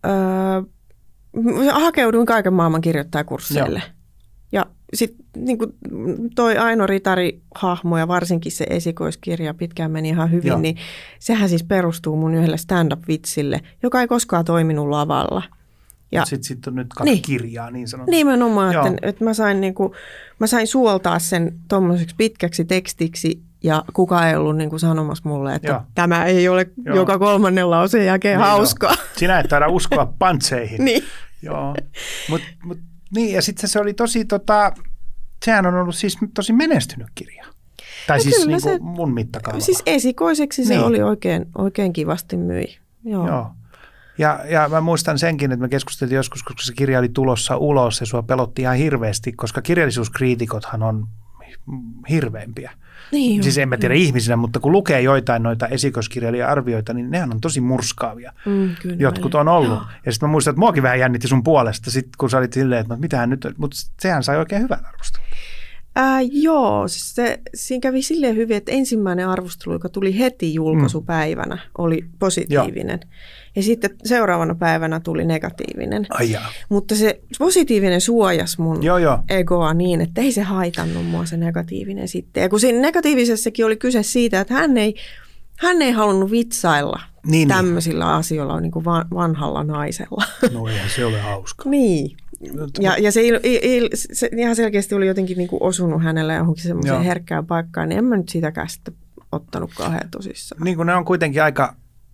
äh, hakeuduin kaiken maailman kirjoittajakursseille. Joo. Ja sitten niin toi Aino Ritari-hahmo ja varsinkin se esikoiskirja pitkään meni ihan hyvin, Joo. niin sehän siis perustuu mun yhdelle stand-up-vitsille, joka ei koskaan toiminut lavalla. Sitten sit on nyt kaksi niin. kirjaa niin sanotaan. Nimenomaan, että, että mä, sain, niin kuin, mä sain suoltaa sen tuommoiseksi pitkäksi tekstiksi ja kukaan ei ollut niin kuin sanomassa mulle, että Joo. tämä ei ole Joo. joka kolmannen lauseen jälkeen niin hauskaa. No. Sinä et taida uskoa pantseihin. niin. Joo, mut, mut, niin ja sitten se oli tosi, tota, sehän on ollut siis tosi menestynyt kirja. Tai no siis niin kuin se, mun mittakaavalla. Siis esikoiseksi se niin. oli oikein, oikein kivasti myi. Joo. Joo. Ja, ja mä muistan senkin, että me keskusteltiin joskus, koska se kirja oli tulossa ulos ja sua pelotti ihan hirveästi, koska kirjallisuuskriitikothan on hirveämpiä. Niin siis en mä tiedä ihmisinä, mutta kun lukee joitain noita esikoiskirjailija-arvioita, niin nehän on tosi murskaavia. Mm, kyllä, Jotkut on ollut. Joo. Ja sitten mä muistan, että muakin vähän jännitti sun puolesta, sit, kun sä olit silleen, että mitähän nyt, mutta sehän sai oikein hyvän arvostelun. Ää, joo, siis se, siinä kävi silleen hyvin, että ensimmäinen arvostelu, joka tuli heti julkaisupäivänä, mm. oli positiivinen. Joo. Ja sitten seuraavana päivänä tuli negatiivinen. Ai jaa. Mutta se positiivinen suojasi mun joo, joo. egoa niin, että ei se haitannut mua se negatiivinen sitten. Ja kun siinä negatiivisessakin oli kyse siitä, että hän ei, hän ei halunnut vitsailla niin, tämmöisillä niin. asioilla niin kuin vanhalla naisella. No eihän se ole hauska. niin. Ja, ja se, il, il, se ihan selkeästi oli jotenkin niin kuin osunut hänelle johonkin semmoiseen herkkään paikkaan, niin en mä nyt sitäkään sitten ottanut kauhean tosissaan. Niin kuin ne on kuitenkin aika,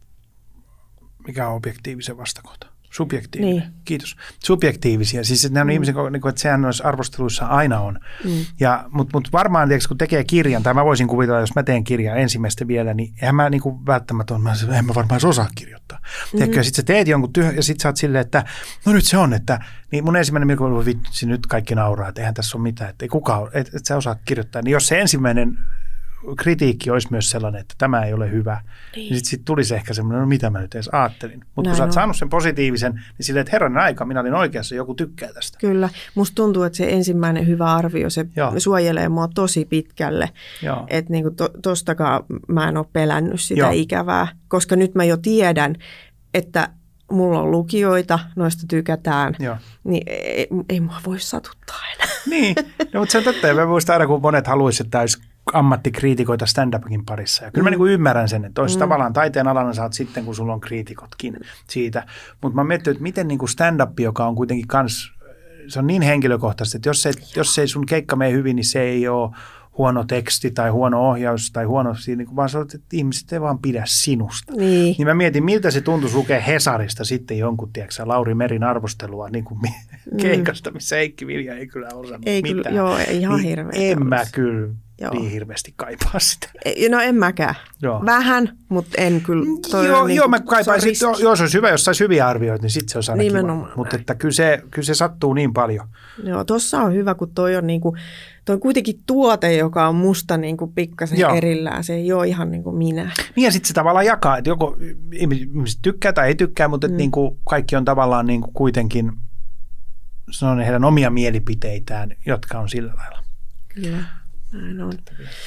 mikä on objektiivisen vastakohta? Subjektiivinen. Niin. Kiitos. Subjektiivisia. Siis että ne on mm. ihmisiä, että sehän noissa arvosteluissa aina on. Mm. Mutta mut varmaan, tiiäks, kun tekee kirjan, tai mä voisin kuvitella, jos mä teen kirjan ensimmäistä vielä, niin eihän mä niinku välttämättä ole, en mä varmaan osaa kirjoittaa. Mm-hmm. Ja sitten sä teet jonkun työn, ja sitten sä oot silleen, että no nyt se on, että niin mun ensimmäinen mielikuva oli, vitsi, nyt kaikki nauraa, että eihän tässä ole mitään, että ei kukaan, että et sä osaa kirjoittaa. Niin jos se ensimmäinen kritiikki olisi myös sellainen, että tämä ei ole hyvä, niin, niin sitten sit tulisi ehkä semmoinen, no mitä mä nyt edes ajattelin. Mutta kun sä oot saanut sen positiivisen, niin silleen, että herranen aika, minä olin oikeassa, joku tykkää tästä. Kyllä. Musta tuntuu, että se ensimmäinen hyvä arvio, se Joo. suojelee mua tosi pitkälle. Että niinku to, tostakaan mä en ole pelännyt sitä Joo. ikävää, koska nyt mä jo tiedän, että mulla on lukijoita, noista tykätään, Joo. niin ei, ei mua voi satuttaa enää. Niin, no, mutta se on totta. Ja mä muistan aina, kun monet haluaisivat, että olisi ammattikriitikoita stand-upin parissa. Ja kyllä mm. mä niin kuin ymmärrän sen, että olisi mm. tavallaan taiteen alana saat sitten, kun sulla on kriitikotkin siitä. Mutta mä mietin, että miten niin kuin stand-up, joka on kuitenkin kans, se on niin henkilökohtaisesti, että jos ei, jos ei sun keikka mene hyvin, niin se ei ole huono teksti tai huono ohjaus tai huono, niin vaan se on, että ihmiset ei vaan pidä sinusta. Niin. Niin mä mietin, miltä se tuntuisi lukea Hesarista sitten jonkun, tiedätkö, Lauri Merin arvostelua niin kuin mm. keikasta, missä Heikki Vilja ei kyllä osannut ei mitään. Kyllä, joo, ihan niin hirveä. En mä kyllä joo. niin hirveästi kaipaa sitä. No en mäkään. Joo. Vähän, mutta en kyllä. Joo, niin joo, mä kaipaisin, jos olisi hyvä, jos saisi hyviä arvioita, niin sitten se olisi aina kiva. Mutta että kyllä se, kyllä se sattuu niin paljon. Joo, tuossa on hyvä, kun toi on, niin kuin, toi on kuitenkin tuote, joka on musta niin kuin pikkasen joo. erillään. Se ei ole ihan niin kuin minä. Niin ja sitten se tavallaan jakaa, että joko ihmiset tykkää tai ei tykkää, mutta mm. niin kuin kaikki on tavallaan niin kuin kuitenkin, se on heidän omia mielipiteitään, jotka on sillä lailla. Kyllä, näin on.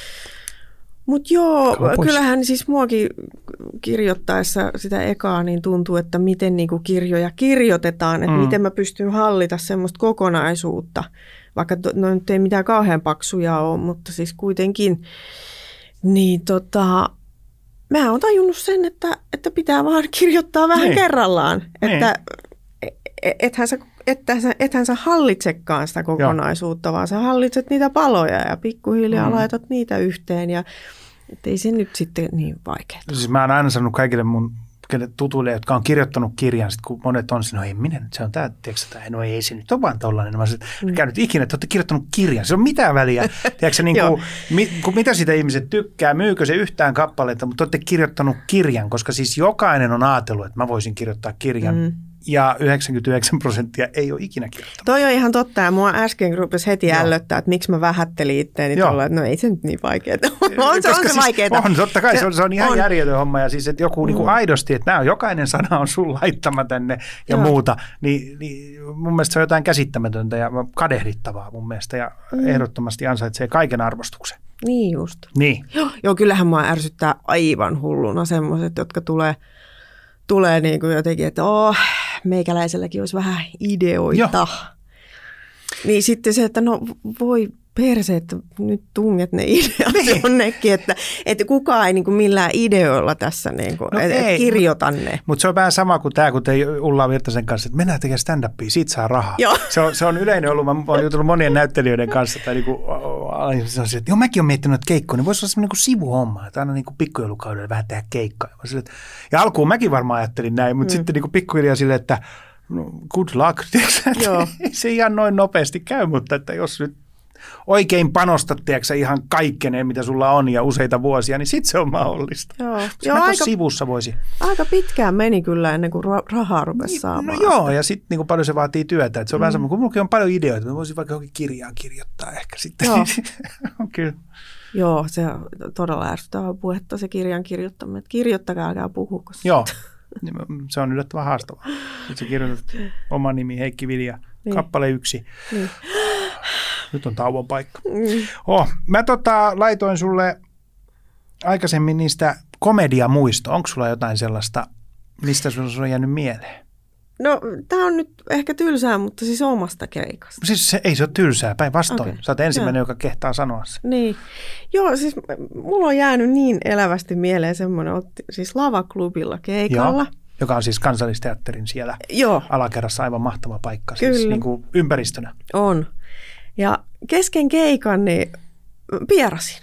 Mutta joo, kyllähän siis muakin kirjoittaessa sitä ekaa niin tuntuu, että miten niinku kirjoja kirjoitetaan, että mm. miten mä pystyn hallita semmoista kokonaisuutta, vaikka to, no nyt ei mitään kauhean paksuja ole, mutta siis kuitenkin, niin tota, mä oon tajunnut sen, että, että pitää vaan kirjoittaa vähän niin. kerrallaan, niin. että ethän sä Ethän sä, ethän sä hallitsekaan sitä kokonaisuutta, Joo. vaan sä hallitset niitä paloja ja pikkuhiljaa mm. laitat niitä yhteen ja ei se nyt sitten niin vaikeaa. Siis mä oon aina sanonut kaikille mun tutuille, jotka on kirjoittanut kirjan, sit kun monet on siinä, no ei minä nyt, se on tämä, tiedätkö, tämä, no ei se nyt ole vaan tollainen. Mä sanoin, että käynyt ikinä, että olette kirjoittanut kirjan, se on mitään väliä. Tiedätkö, niin kuin, mi, kun mitä sitä ihmiset tykkää, myykö se yhtään kappaletta, mutta olette kirjoittanut kirjan, koska siis jokainen on ajatellut, että mä voisin kirjoittaa kirjan. Mm. ja yhdeksänkymmentäyhdeksän prosenttia ei ole ikinä kirjoittanut. Toi on ihan totta ja mua äsken rupesi heti Joo. ällöttää, että miksi mä vähättelin itteeni tuolla, että no ei se nyt niin vaikeaa. on se, on se siis vaikeaa. On, totta kai se on, se on ihan on. järjetön homma ja siis, että joku mm. niin kuin aidosti, että nämä, jokainen sana on sun laittama tänne ja Joo. muuta, niin, niin mun mielestä se on jotain käsittämätöntä ja kadehdittavaa mun mielestä ja mm. ehdottomasti ansaitsee kaiken arvostuksen. Niin just. Niin. Joo, joo kyllähän mua ärsyttää aivan hulluna semmoiset, jotka tulee, tulee niin kuin jotenkin, että oh, meikäläiselläkin olisi vähän ideoita. Joo. Niin sitten se, että no voi perse, että nyt tunget ne ideat niin. jonnekin, että, että kukaan ei niin kuin millään ideoilla tässä niin kuin, no et, et kirjoita ne. Mutta se on vähän sama kuin tämä, kun te Ulla Virtasen kanssa, että mennään tekemään stand-upia, siitä saa rahaa. Se on, se on yleinen ollut, mä oon jutellut monien näyttelijöiden kanssa, tai niin kuin, että joo mäkin olen miettinyt noita keikkoja, niin voisi olla semmoinen niin sivuhomma, että aina niin kuin pikkujoulukaudella vähän tehdä keikkaa. Ja alkuun mäkin varmaan ajattelin näin, mutta mm. sitten niin kuin pikkuhiljaa silleen, että no, good luck, Joo. ei se ihan noin nopeasti käy, mutta että jos nyt oikein panostat, tiedätkö, ihan kaikkeneen, mitä sulla on ja useita vuosia, niin sitten se on mahdollista. Joo. Joo, aika, sivussa voisi. Aika pitkään meni kyllä ennen kuin rahaa rupesi niin, saamaan. No joo, ja sitten niin paljon se vaatii työtä. Että se on mm. vähän sama, kun minullakin on paljon ideoita, mä voisin vaikka johonkin kirjaan kirjoittaa ehkä sitten. Joo. Kyllä. Joo, se on todella ärsyttävää puhetta se kirjan kirjoittaminen. Kirjoittakaa, älkää puhuko. Joo, se on yllättävän haastavaa. Sitten sä kirjoitat oma nimi Heikki Vilja, niin. kappale yksi. Niin. Nyt on tauon paikka. Mm. Oh, mä tota, laitoin sulle aikaisemmin niistä komediamuisto. Onko sulla jotain sellaista, mistä sulla on jäänyt mieleen? No, tää on nyt ehkä tylsää, mutta siis omasta keikasta. Siis se, ei se ole tylsää, päinvastoin. Okay. Sä oot ensimmäinen, Joo. joka kehtaa sanoa se. Niin. Joo, siis mulla on jäänyt niin elävästi mieleen semmoinen, siis Lavaklubilla keikalla. Joo. Joka on siis Kansallisteatterin siellä Joo. alakerrassa aivan mahtava paikka, Kyllä. siis niin kuin ympäristönä. On. Ja kesken keikan niin pierasin.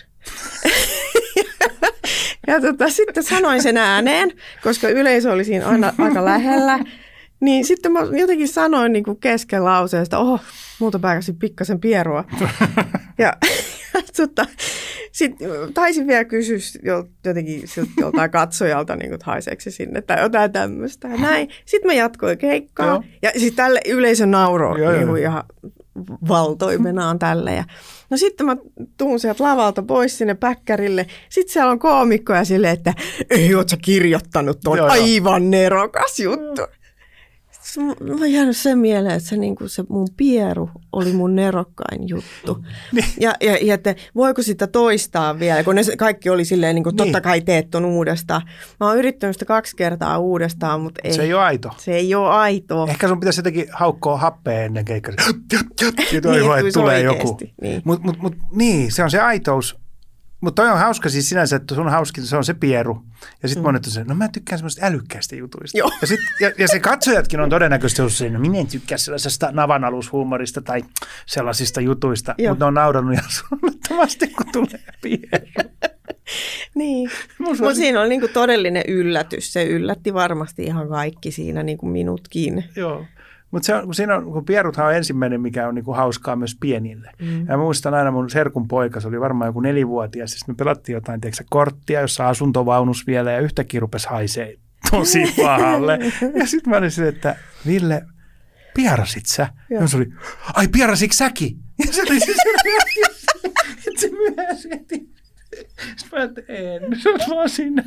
ja tota, sitten sanoin sen ääneen, koska yleisö oli siinä aina aika lähellä. Niin sitten mä jotenkin sanoin niin kuin kesken lauseesta, oho, muuta pääkäsin pikkasen pierua. ja tota, sitten taisin vielä kysyä jotenkin joltain katsojalta, niin kuin, että haiseeko se sinne tai jotain tämmöistä. Ja näin. Sitten mä jatkoin keikkaa Joo. ja sitten tälle yleisö nauroi niin kuin ihan valtoimenaan tälle. Ja no sitten mä tuun sieltä lavalta pois sinne päkkärille. Sitten siellä on koomikkoja silleen, että ei oot sä kirjoittanut tuon aivan nerokas juttu. Joo. Mä oon jäänyt sen mieleen, että se, niin kuin se mun pieru oli mun nerokkain juttu. Niin. Ja, ja, ja että voiko sitä toistaa vielä, kun ne kaikki oli silleen, niin kuin, totta kai teet ton uudestaan. Mä oon yrittänyt sitä kaksi kertaa uudestaan, mutta ei. Se ei ole aito. Se ei ole aitoa. Ehkä sun pitäisi jotenkin haukkoa happea ennen keikkaa. Ja toivoa, että tulee joku. Niin. Mutta mut, mut, niin, se on se aitous. Mutta toi on hauska siis sinänsä, että sun hauskin se on se pieru. Ja sitten mm. monet on se, no mä tykkään semmoista älykkäistä jutuista. Joo. Ja, sit, ja, ja se katsojatkin on todennäköisesti ollut se, no minä en tykkää sellaisesta navanalushuumorista tai sellaisista jutuista. Mutta ne on naurannut ihan suunnattomasti, kun tulee pieru. niin, mutta siinä on niinku todellinen yllätys. Se yllätti varmasti ihan kaikki siinä, niin kuin minutkin. Joo. Mutta siinä on, kun pieruthan on ensimmäinen, mikä on niinku hauskaa myös pienille. Mm. Ja muistan aina mun serkun poika, se oli varmaan joku nelivuotias, siis me pelattiin jotain, tiedätkö, korttia, jossa asuntovaunus vielä, ja yhtäkkiä rupesi haisee tosi pahalle. Ja sitten mä olin sille, että Ville, pierasit sä? Joo. Ja se oli, ai pierasitko säkin? Ja se oli siis, että se myöhäsi. Sitten mä ajattelin, en, se on vaan sinä.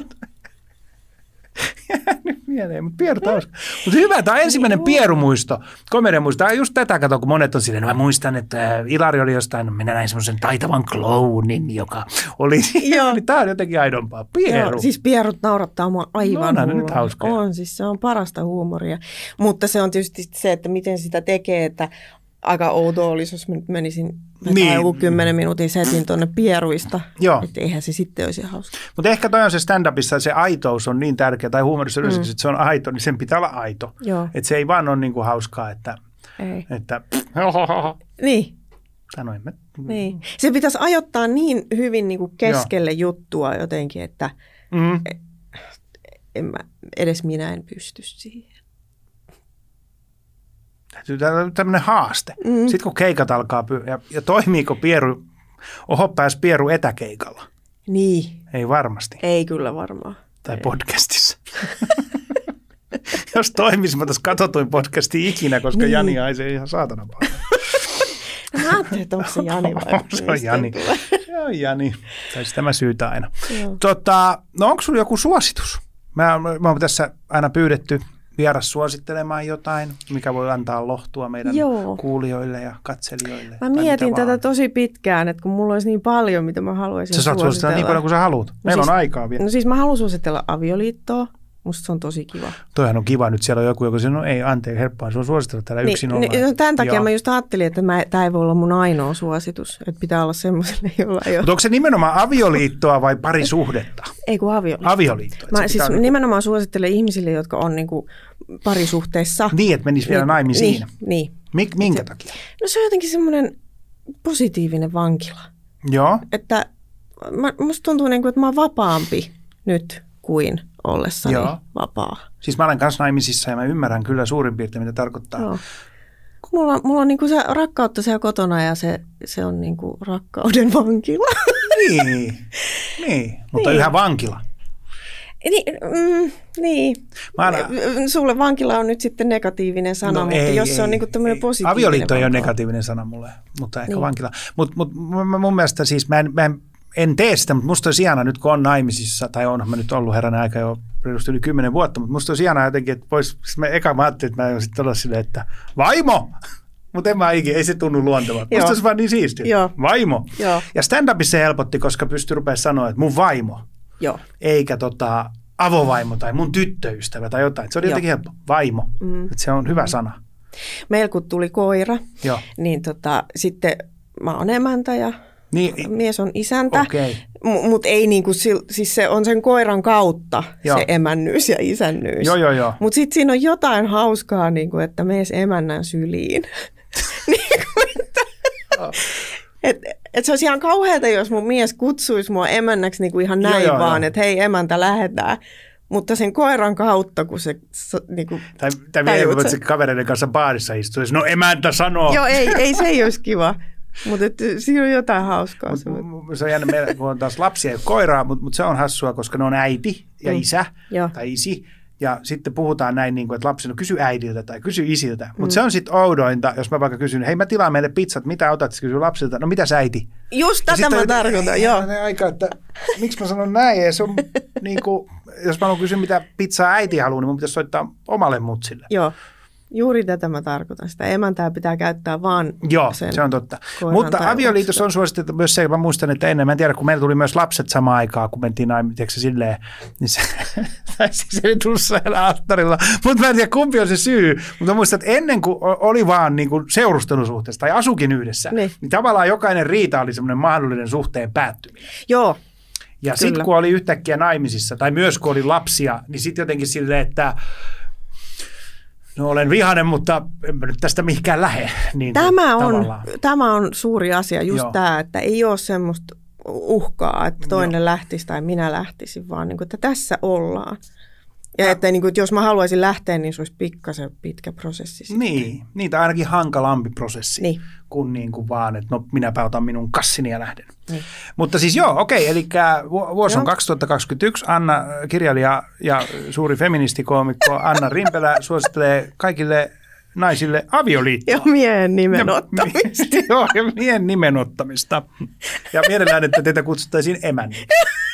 Jäänyt mieleen, mutta pieru tauska. Mutta hyvä, tämä on ensimmäinen pierumuisto, komediamuisto. Tämä on just tätä, kato, kun monet on silleen, no mä muistan, että Ilari oli jostain, no minä näin semmoisen taitavan clownin, joka oli siinä. Niin tämä on jotenkin aidompaa. Pieru. Joo, siis pierut naurattaa mua aivan no, nyt hauskoja. On, siis se on parasta huumoria. Mutta se on tietysti se, että miten sitä tekee, että aika outoa olisi, jos mä nyt menisin niin. joku kymmenen minuutin setin tuonne pieruista. Joo. Että eihän se sitten olisi hauska. Mutta ehkä toi on se stand-upissa, se aitous on niin tärkeä, tai huumorissa yleensä, mm. että se on aito, niin sen pitää olla aito. Että se ei vaan ole niinku hauskaa, että... Ei. että niin. Sanoin mä. Niin. Se pitäisi ajoittaa niin hyvin niinku keskelle Joo. juttua jotenkin, että mm. en mä, edes minä en pysty siihen. Tämä on tämmöinen haaste. Mm. Sitten kun keikat alkaa, py- ja, ja toimiiko pieru, oho pääsi pieru etäkeikalla? Niin. Ei varmasti. Ei kyllä varmaan. Tai Ei. podcastissa. jos toimisimme tässä katsotuin podcasti ikinä, koska niin. Jani haisee ihan saatanan paljon. Mä ajattelin, että onko se Jani vai? Se on Jani. Se on Jani. Tai sitä mä syytä aina. Tota, no onko sulla joku suositus? Mä, mä oon tässä aina pyydetty vieras suosittelemaan jotain, mikä voi antaa lohtua meidän Joo. kuulijoille ja katselijoille. Mä mietin tätä tosi pitkään, että kun mulla olisi niin paljon, mitä mä haluaisin sä suositella. Sä saat suositella niin paljon kuin sä haluat. No Meillä siis, on aikaa vielä. No siis mä haluan suositella avioliittoa. Musta se on tosi kiva. Toihan on kiva. Nyt siellä on joku, joka sanoo, no ei, anteeksi, herppaa, se on suositella täällä niin, yksin ollaan. Niin, tämän takia Joo. mä just ajattelin, että tämä ei voi olla mun ainoa suositus. Että pitää olla semmoiselle, jolla ei ole. Mutta onko se nimenomaan avioliittoa vai parisuhdetta? Ei kun avioliitto. Avioliitto. Mä siis niinku nimenomaan suosittelen ihmisille, jotka on niinku parisuhteessa. Niin, että menisi vielä niin, naimisiin. Niin, niin. Mik, minkä se, takia? No se on jotenkin semmoinen positiivinen vankila. Joo. Että mä, musta tuntuu, niinku, että mä oon vapaampi nyt kuin ollessani Joo. vapaa. Siis mä olen kanssa naimisissa ja mä ymmärrän kyllä suurin piirtein, mitä tarkoittaa. Joo. Mulla, mulla on niinku se rakkautta siellä kotona ja se, se on niinku rakkauden vankila. Niin, niin. mutta niin. Yhä vankila. Niin, mm, niin. Aina... Sulle vankila on nyt sitten negatiivinen sana, no, mutta ei, jos ei, se on niinku tämmöinen positiivinen avioliitto ei vankila. ole negatiivinen sana mulle, mutta ehkä niin. vankila. Mutta mut, mun mielestä siis mä en, mä en En tee sitä, mutta musta olisi ihanaa nyt, kun on naimisissa, tai onhan mä nyt ollut herranen aika jo reilusti yli kymmenen vuotta, mutta musta olisi ihanaa jotenkin, että vois, siis mä eka mä ajattelin, että mä olisin olla silleen, että vaimo! Mutta en mä ikinä, ei se tunnu luontevalta. Musta olisi vaan niin siistiä. Joo. Vaimo! Joo. Ja stand-upissa se helpotti, koska pystyi rupeaa sanoa, että mun vaimo, Joo. eikä tota avovaimo tai mun tyttöystävä tai jotain. Se oli Joo. jotenkin helppo. Vaimo. Mm. Että se on hyvä sana. Meillä kun tuli koira, Joo. niin tota, sitten mä oon emäntä ja Niin, mies on isäntä, okay. m- mutta ei niinku, siis se on sen koiran kautta joo. se emännyys ja isännyys. Joo, joo, joo. Mutta sitten siinä on jotain hauskaa, niinku, että mees emännän syliin. et, et se olisi ihan kauheata, jos mun mies kutsuisi mua emännäksi niinku ihan näin joo, vaan, että hei emäntä lähdetään. Mutta sen koiran kautta, kun se niinku, tai, tai vielä, kun se kavereiden kanssa baarissa istuisi, no emäntä sanoo. Joo, ei, ei se ei olisi kiva. Mutta siinä on jotain hauskaa. Mut, se on jännä, meillä, kun on taas lapsia ja koiraa, mutta mut se on hassua, koska ne on äiti ja isä mm. tai isi. Ja sitten puhutaan näin, niin kuin, että lapsi, no kysy äidiltä tai kysy isiltä. Mutta mm. se on sitten oudointa, jos mä vaikka kysyn, hei mä tilaan meille pizzat, mitä otat? Se kysyy lapsilta, no mitäs äiti? Just tätä mä tarkoitan, joo. Aika, että miksi mä sanon näin? Ja se on, niin kuin, jos mä haluan kysyä, mitä pizzaa äiti haluaa, niin mun pitäisi soittaa omalle mutsille. Joo. Juuri tätä mä tarkoitan. Sitä emäntää pitää käyttää vaan Joo, se on totta. Mutta avioliitossa on suositeltu myös se, mä muistan, että ennen, mä en tiedä, kun meillä tuli myös lapset samaan aikaan, kun mentiin naimiteeksi silleen, niin se, tai siis ei tullut siellä alttarilla, mutta mä en tiedä, kumpi on se syy. Mutta muistan, että ennen kuin oli vaan niin kuin seurustelusuhteessa tai asukin yhdessä, niin, niin tavallaan jokainen riita oli semmoinen mahdollinen suhteen päättyminen. Joo. Ja sitten kun oli yhtäkkiä naimisissa, tai myös kun oli lapsia, niin sitten jotenkin silleen, että no olen vihainen, mutta en mä nyt tästä mihinkään lähde. Niin tämä, on, tämä on suuri asia, just Joo. tämä, että ei ole semmoista uhkaa, että toinen Joo. lähtisi tai minä lähtisin, vaan niin kuin, että tässä ollaan. Ja ja että, niin kuin, että jos mä haluaisin lähteä, niin se olisi pikkasen pitkä prosessi. Sitten. Niin, niitä ainakin hankalampi prosessi niin. kuin, niin kuin vaan, että no minäpä otan minun kassini ja lähden. Niin. Mutta siis joo, okei, eli vuosi on kaksituhattakaksikymmentäyksi. Anna, kirjailija ja suuri feministikoomikko Anna Rimpelä suosittelee kaikille naisille avioliittoa. Ja miehen nimen ottamista. Joo, ja miehen nimen ottamista. Ja mielellään, että teitä kutsuttaisiin emänniksi.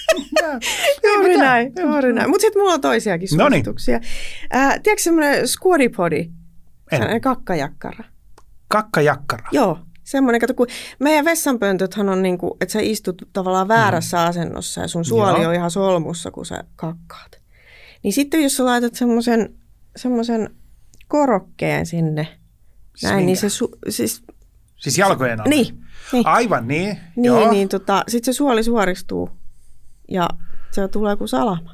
Juuri näin, juuri näin. Mutta sitten mulla on toisiakin suosituksia. Äh, tiedätkö semmoinen squadipodi? Sellainen kakkajakkara. Kakkajakkara? Joo. Semmoinen, kato, kun meidän vessanpöntöthän on niin kuin, että sä istut tavallaan väärässä mm. asennossa ja sun suoli Joo. on ihan solmussa, kun sä kakkaat. Niin sitten jos sä laitat semmoisen, semmoisen korokkeen sinne, siis näin, niin se su, siis... Siis jalkojen alle? Niin. niin. Aivan niin. Niin, Joo. niin tota, sitten se suoli suoristuu ja se tulee kuin salama.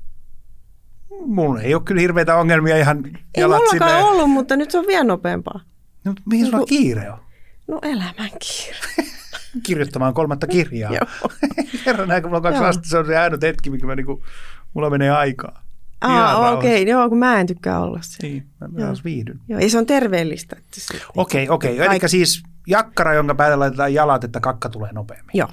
Mulla ei ole kyllä hirveitä ongelmia ihan jalat ei silleen. Ei mullakaan ollut, mutta nyt se on vielä nopeampaa. No mihin sulla kiire on? No elämän kiire. Kirjoittamaan kolmatta kirjaa. Joo. Kerran näin, kun mulla on kaksi lasta, se on se ainut hetki, mikä mä niinku, mulla menee aikaa. Ah, okei, okay. Joo, kun mä en tykkää olla se. Niin, mä myös viihdyn. Joo, ja se on terveellistä. Okei, okei. Okay, okay. Eli siis jakkara, jonka päälle laitetaan jalat, että kakka tulee nopeammin. Joo.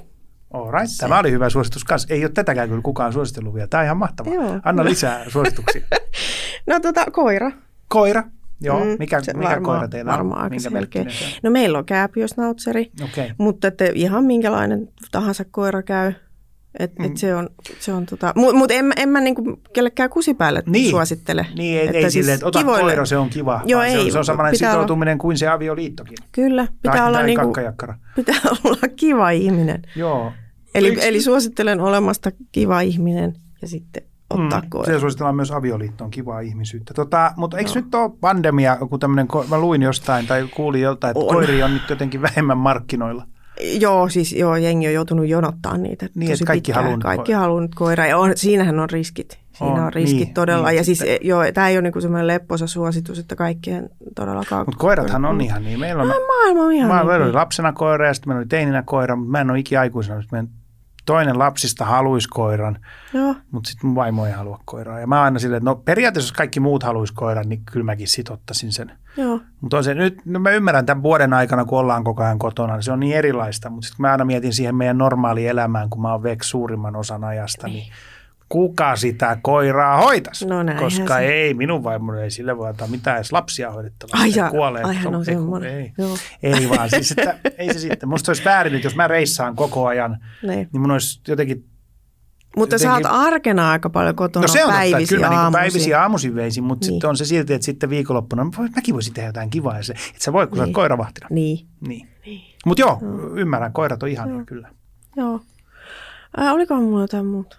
All right. Tämä oli hyvä suositus kanssa. Ei ole tätäkään kyllä kukaan suositellut vielä. Tämä on ihan mahtavaa. Joo. Anna lisää suosituksia. No tota, koira. Koira? Joo. Mm, mikä mikä varmaan, koira teillä on? varmaan aika Minkä selkeä. merkkinen se on? No meillä on kääpiösnautseri, Okay. mutta että ihan minkälainen tahansa koira käy. Et, mm. et se on, se on tota, mutta mut en, en mä niinku kellekään kusipäälle niin. suosittele. Niin, ei, että ei siis silleen, että ota kivoille. koira, se on kiva. Joo, se, ei, on, se on samanlainen sitoutuminen olla, kuin se avioliittokin. Kyllä, pitää tai, olla, tai niinku, kakkajakkara. pitää olla kiva ihminen. Joo. Eli, Eikö... eli suosittelen olemasta kiva ihminen ja sitten ottaa mm, koira. Se suositellaan myös avioliittoon kivaa ihmisyyttä. Tota, mutta eikö no. nyt ole pandemia, kun tämmöinen, mä luin jostain tai kuulin joltain, että on. Koiria on nyt jotenkin vähemmän markkinoilla. Joo, siis joo, jengi on joutunut jonottaa niitä niin, tosi kaikki pitkään. Kaikki haluaa nyt koiraa. Ja on, siinähän on riskit. Siinä on, on riskit niin, todella. Niin, ja siis joo, tämä ei ole niinku semmoinen lepposa suositus, että kaikkien todellakaan. Mutta koirathan on ihan niin. Meillä on, no, maailma on ihan mä, niin. Meillä oli lapsena koira ja sitten meillä oli teininä koira, mutta mä en ole ikiaikuisena. Meidän toinen lapsista haluaisi koiran, mutta sitten mun vaimo ei halua koiraa. Ja mä aina silleen, että no periaatteessa jos kaikki muut haluaisi koiran, niin kyllä mäkin sit ottaisin sen. Mutta on se nyt, no mä ymmärrän tämän vuoden aikana, kun ollaan koko ajan kotona, niin se on niin erilaista. Mutta sitten kun mä aina mietin siihen meidän normaaliin elämään, kun mä oon veksi suurimman osan ajasta, niin, niin kuka sitä koiraa hoitaisi? No koska se. Ei, minun vaimoni ei sille voi antaa mitään edes lapsia hoidettavaa. Ai ja, kuolee. Aihan on semmoinen. Ei, ei vaan, siis että, ei se sitten. Musta olisi väärin, että jos mä reissaan koko ajan, niin, niin mun olisi jotenkin. Mutta jotenkin... sä oot arkena aika paljon kotona no se on päivisin totta, kyllä mä aamuisin. Niin päivisin ja aamuisin veisin, mutta niin. Sitten on se silti, että sitten viikonloppuna mäkin voisin tehdä jotain kivaa, ja se, että sä voit, kun niin. Sä oot koiravahtina. Niin. niin. niin. Mutta joo, no. Ymmärrän, koirat on ihania joo. Kyllä. Joo. Äh, olikohan mulla jotain muuta?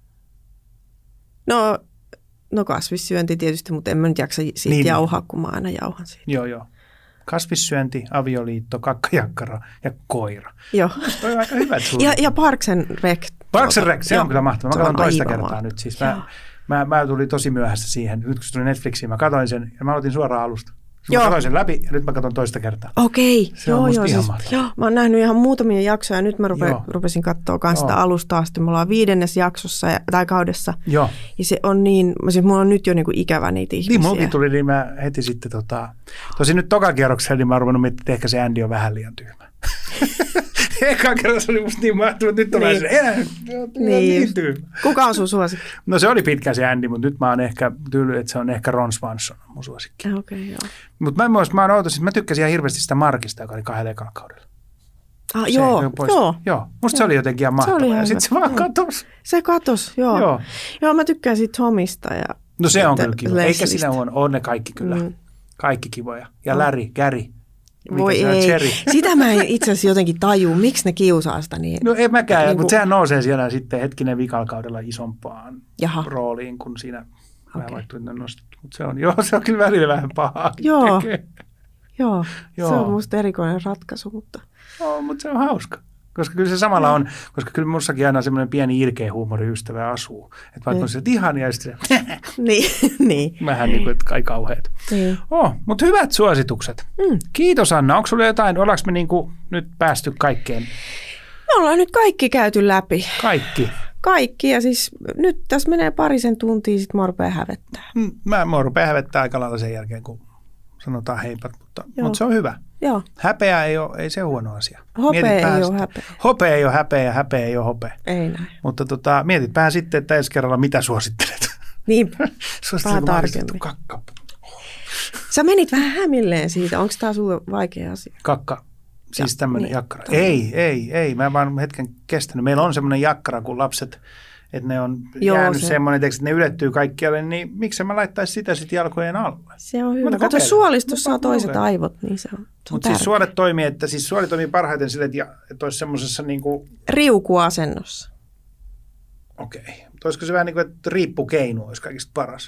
No, no kasvissyönti tietysti, mutta en mä nyt jaksa siitä niin. Jauhaa, kun mä aina jauhan siitä. Joo, joo. Kasvissyönti, avioliitto, kakkajakkara ja koira. Joo. Se on aika hyvät suuri. Ja, ja Parks and Rec. Parks and Rec, se on kyllä mahtavaa. Mä katson toista kertaa maa. Nyt. Siis mä, mä, mä tulin tosi myöhässä siihen. Nyt kun se tuli Netflixiin, mä katsoin sen ja mä aloitin suoraan alusta. Mä katsoin sen läpi ja nyt mä katson toista kertaa. Okei. Se joo, on musta joo, ihan siis, mahtavaa. Joo, mä oon nähnyt ihan muutamia jaksoja ja nyt mä rupe, rupesin katsoa kans sitä alusta asti. Me ollaan viidennes jaksossa ja, tai kaudessa. Joo. Ja se on niin, siis mulla on nyt jo niinku ikävä niitä ihmisiä. Niin, mulkin tuli, niin mä heti sitten tota, tosi nyt tokakierroksella, niin mä oon ruvennut miettimään, että ehkä se Andy on vähän liian tyhmä. Ekan kerran se oli musta niin mahtavaa, että nyt on niin. Enää niin, niin tyhmä. Kuka on sun suosikki? No se oli pitkä se Andy, mutta nyt mä oon ehkä tyyly, että se on ehkä Ron Swanson mun suosikki. Okei, okay, joo. Mutta mä, mä oon outoisin, mä tykkäsin ihan hirveästi sitä Markista, joka oli kahdella ekalla kaudella. Ah, joo, joo. Joo, musta joo. Se oli jotenkin ihan mahtavaa ja sitten se vaan katosi. Se katosi, joo. Joo, joo mä tykkään siitä Tomista. Ja no se on kyllä kiva, eikä siinä huono, on ne kaikki kyllä, mm. kaikki kivoja. Ja no. Larry, Gary. Voi ei, Cherry. Sitä mä en itse asiassa jotenkin tajuu, miksi ne kiusaa sitä niin. No en mäkään, niin mutta sehän nousee siellä sitten hetkinen vikalkaudella isompaan Jaha. rooliin, kun siinä vähän okay. Vaikka ne nostettu. Mutta se on, joo, se on kyllä välillä vähän pahaa. Joo, joo. joo, se on musta erikoinen ratkaisu, mutta. Joo, mutta se on hauska. Koska kyllä se samalla on, koska kyllä mussakin aina semmoinen pieni ilkeä huumoriystävä asuu. Että vaikka on se ihania ja sitten se, niin, niin. Vähän niin kuin, että kai kauheat. Niin. Oh, mutta hyvät suositukset. Mm. Kiitos Anna. Onko sulla jotain, ollaanko me niin kuin nyt päästy kaikkeen? Me ollaan nyt kaikki käyty läpi. Kaikki? Kaikki ja siis nyt tässä menee parisen tuntia, sitten mä rupean hävettää. Mm, mä, mä rupean hävettää aika lailla sen jälkeen, kun sanotaan heipat, mutta, mutta se on hyvä. Joo. Häpeä ei ole, ei se huono asia. Hopea ei ole häpeä. Hopea ei ole häpeä ja häpeä ei ole hopea. Ei näin. Mutta tota, mietitpähän sitten, että ensi kerralla mitä suosittelet. Niinpä, vähän tarkemmin. Kakka. Sä menit vähän hämilleen siitä. Onko tämä sulle vaikea asia? Kakka, siis tämmöinen niin, jakkara. Ei, ei, ei. Mä en vaan hetken kestänyt. Meillä on semmoinen jakkara, kun lapset, että ne on Joo, jäänyt se. semmoinen, että ne ylettyy kaikkialle, niin miksi mä laittaisin sitä sitten jalkojen alle? Se on hyvä. Kato, suolistossa saa toiset kokeilla. Aivot, niin se on, se on Mutta siis suolet toimii, että siis suoli toimii parhaiten sille, että olisi semmoisessa niin kuin riukuasennossa. Okei. Okay. Olisiko se vähän niin kuin, että riippukeinu olisi kaikista paras?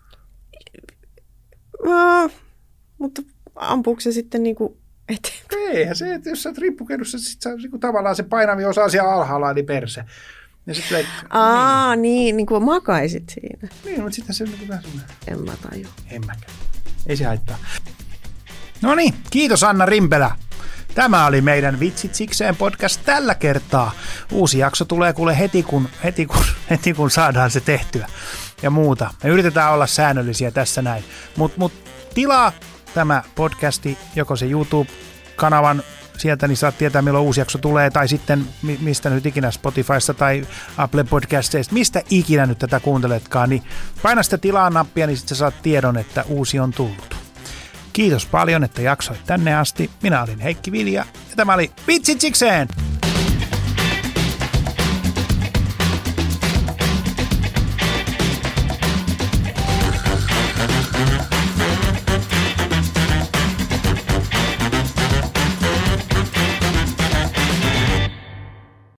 No, mutta ampuuko se sitten niin kuin eteenpäin? Eihän se, että jos sä oot riippukeinussa, sitten niin tavallaan se painavi osa siellä alhaalla, eli perse. Ja sit leit, Aa, niin. niin, niin kuin makaisit siinä. Niin, mutta sitten se on niin kuin vähän semmoinen. En mä tajua. En mäkään. Ei se haittaa. No niin, kiitos Anna Rimpelä. Tämä oli meidän Vitsit sikseen podcast tällä kertaa. Uusi jakso tulee kuule heti kun, heti kun, heti kun saadaan se tehtyä ja muuta. Me yritetään olla säännöllisiä tässä näin. Mutta mut tilaa tämä podcasti joko se YouTube-kanavan sieltä, niin saat tietää, milloin uusi jakso tulee, tai sitten mistä nyt ikinä Spotifysta tai Apple Podcasteista, mistä ikinä nyt tätä kuunteletkaan, niin paina sitä tilaa-nappia, niin sitten sä saat tiedon, että uusi on tullut. Kiitos paljon, että jaksoit tänne asti. Minä olin Heikki Vilja, ja tämä oli Vitsitsikseen!